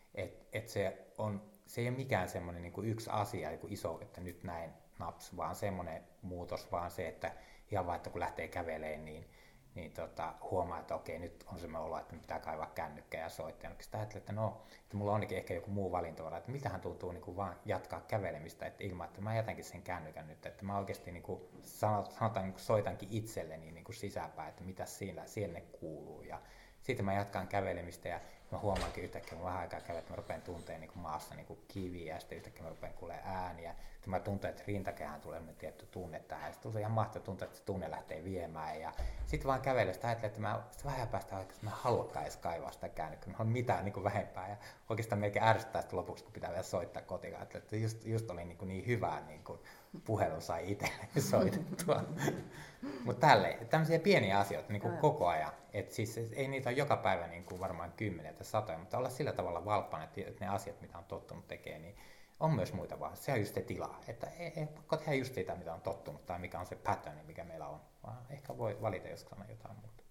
se ei ole mikään semmoinen niin kuin yksi asia, joku iso, että nyt näin naps, vaan semmoinen muutos, vaan se, että ihan vaan, että kun lähtee kävelemään, niin huomaa, että okei, nyt on semmoinen olo, että pitää kaivaa kännykkää ja soittaa. Ja sitten ajattelin, että että mulla onkin ehkä joku muu valinta, että mitähän tuntuu niin kuin vaan jatkaa kävelemistä, että ilman, että mä jätänkin sen kännykän nyt, että mä oikeasti niin kuin, sanotaan, niin kuin soitankin itselleni niin kuin sisäpäin, että mitä siellä kuuluu. Ja sitten mä jatkan kävelemistä ja mä huomaankin yhtäkkiä, kun vähän aikaa kävelee, että mä rupean tuntemaan niin kuin maassa niin kuin kiviä ja sitten yhtäkkiä mä rupean kuulemaan ääniä. Sitten mä tuntun, että rintakehään tulee tietty tunne tähän ja sitten tulee ihan mahtava tuntua, että se tunne lähtee viemään. Ja sitten vaan kävelee, sitä ajattelee, että mä vähän päästä aikaa, että mä haluakaan edes kaivaa sitä kännykkää, mä haluan mitään niin kuin vähempää. Ja oikeastaan melkein ärsyttää sitä lopuksi, kun pitää vielä soittaa kotiin. Että just oli niin hyvää niin kuin puhelun sai itselle soitettua. Mutta tämmöisiä pieniä asioita niin kuin koko ajan. Et siis ei niitä ole joka päivä niin kuin varmaan 10 tai 100, mutta olla sillä tavalla valppana, että ne asiat, mitä on tottunut tekemään, niin on myös muita vaan. Se on just se tila, että ei pakko tehdä just sitä, mitä on tottunut, tai mikä on se pattern, mikä meillä on, vaan ehkä voi valita joskus aina jotain muuta.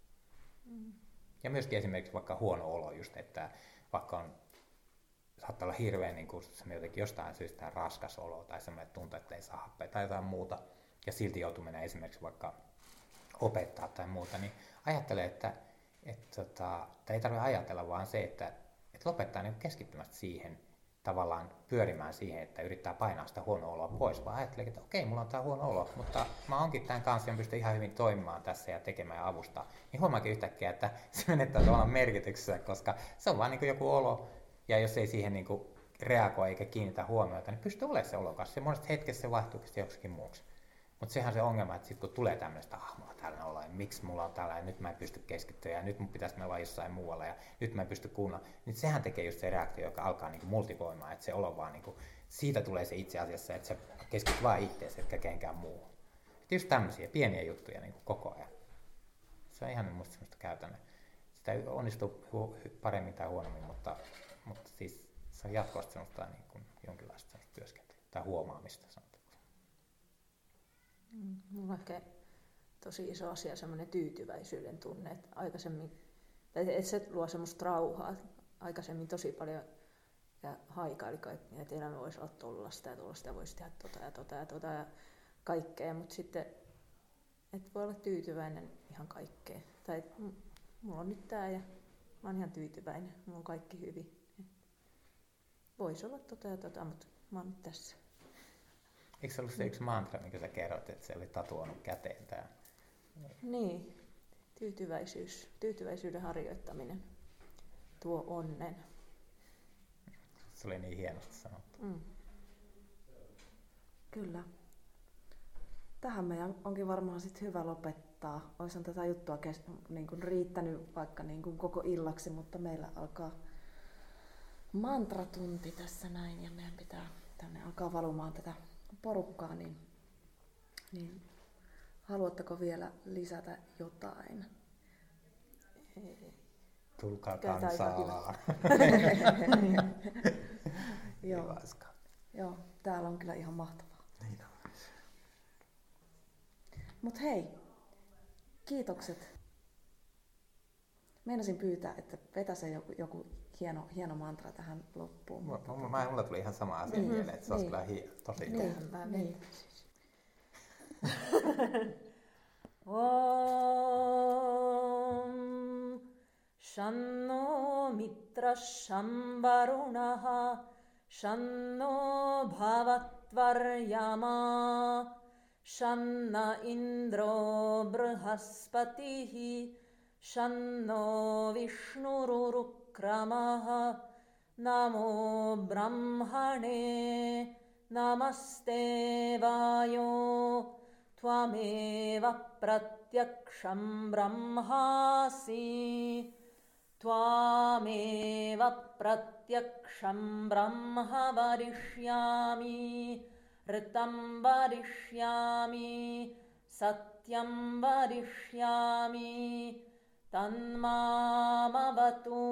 Ja myöskin esimerkiksi vaikka huono olo just, että vaikka saattaa olla hirveän niin kuin jotenkin jostain syystä raskas olo, tai semmoinen tuntuu, että ei saa happea, tai jotain muuta, ja silti joutuu mennä esimerkiksi vaikka opettaa tai muuta, niin ajattelee, että ei tarvitse ajatella, vaan se, että lopettaa niin keskittymästä siihen, tavallaan pyörimään siihen, että yrittää painaa sitä huonoa oloa pois, vaan ajattelee, että okei, mulla on tää huono olo, mutta mä oonkin tämän kanssa ja pystyn ihan hyvin toimimaan tässä ja tekemään ja avustaa. Niin huomaakin yhtäkkiä, että se menettää tavallaan merkityksessä, koska se on vaan niin kuin joku olo, ja jos ei siihen niin kuin reagoi eikä kiinnitä huomiota, niin pystyy olemaan se olo kanssa. Se monesti hetkessä se vaihtuukin joksikin muuksi. Mutta sehän se ongelma, että sitten kun tulee tämmöistä, mulla on tällainen olo, ja miksi mulla on tällainen, nyt mä en pysty keskittyä, ja nyt mun pitäisi olla jossain muualla, ja nyt mä en pysty kunnolla, niin sehän tekee just se reaktio, joka alkaa niinku multivoimaan, että se olo vaan niinku, siitä tulee se itse asiassa, että se keskittyy vaan itseesi, etkä kenenkään muuhun. Että just tämmöisiä pieniä juttuja niinku koko ajan. Se on ihan musta semmoista käytännön. Sitä ei onnistu paremmin tai huonommin, mutta siis se on jatkuvasti semmoista niinku jonkinlaista semmoista työskentelyä tai huomaamista. Mulla on ehkä tosi iso asia semmoinen tyytyväisyyden tunne, että aikaisemmin, tai että se luo semmoista rauhaa. Aikaisemmin tosi paljon ja haikaili kaikkea, että elämä voisi olla tollasta ja tollasta ja voisi tehdä tota ja kaikkea, mutta sitten että voi olla tyytyväinen ihan kaikkeen. Tai että mulla on nyt tää ja mä oon ihan tyytyväinen, mulla on kaikki hyvin. Voisi olla tota, mutta mä oon nyt tässä. Eikö se ollut se yksi mantra, mikä sä kerroit, että se oli tatuoinut käteen tää? Niin, tyytyväisyyden harjoittaminen tuo onnen. Se oli niin hienosti sanottu. Kyllä. Tähän meidän onkin varmaan sit hyvä lopettaa. Oisin tätä juttua niin kuin riittänyt vaikka niin kuin koko illaksi, mutta meillä alkaa mantratunti tässä näin ja meidän pitää tänne alkaa valumaan tätä porukkaa, niin haluatteko vielä lisätä jotain? Tulkaa kansaan. Joo, täällä on kyllä ihan mahtavaa. Niin. Mut hei, kiitokset. Meinasin pyytää, että vetäse joku hieno mantra tähän loppuun. Mulla tuli ihan sama asia mieleen, että se olisi kyllä tosi Niin. Om Shanno Mitra Shambarunaha Shanno Bhavatvaryama Shanna Indro Brihaspatihi Shanno Vishnururukramah Namo Brahmane Namaste Vayo Tvameva Pratyaksham Brahmasi Tvameva Pratyaksham Brahma Varishyami Ritam Varishyami Satyam Varishyami Tanmamavatu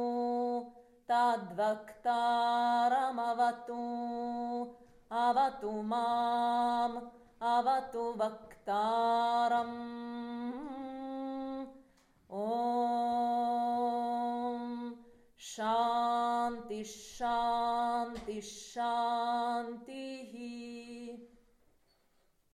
tadvaktaramavatu avatu mam avatu vaktaram. Om Shanti Shanti Shanti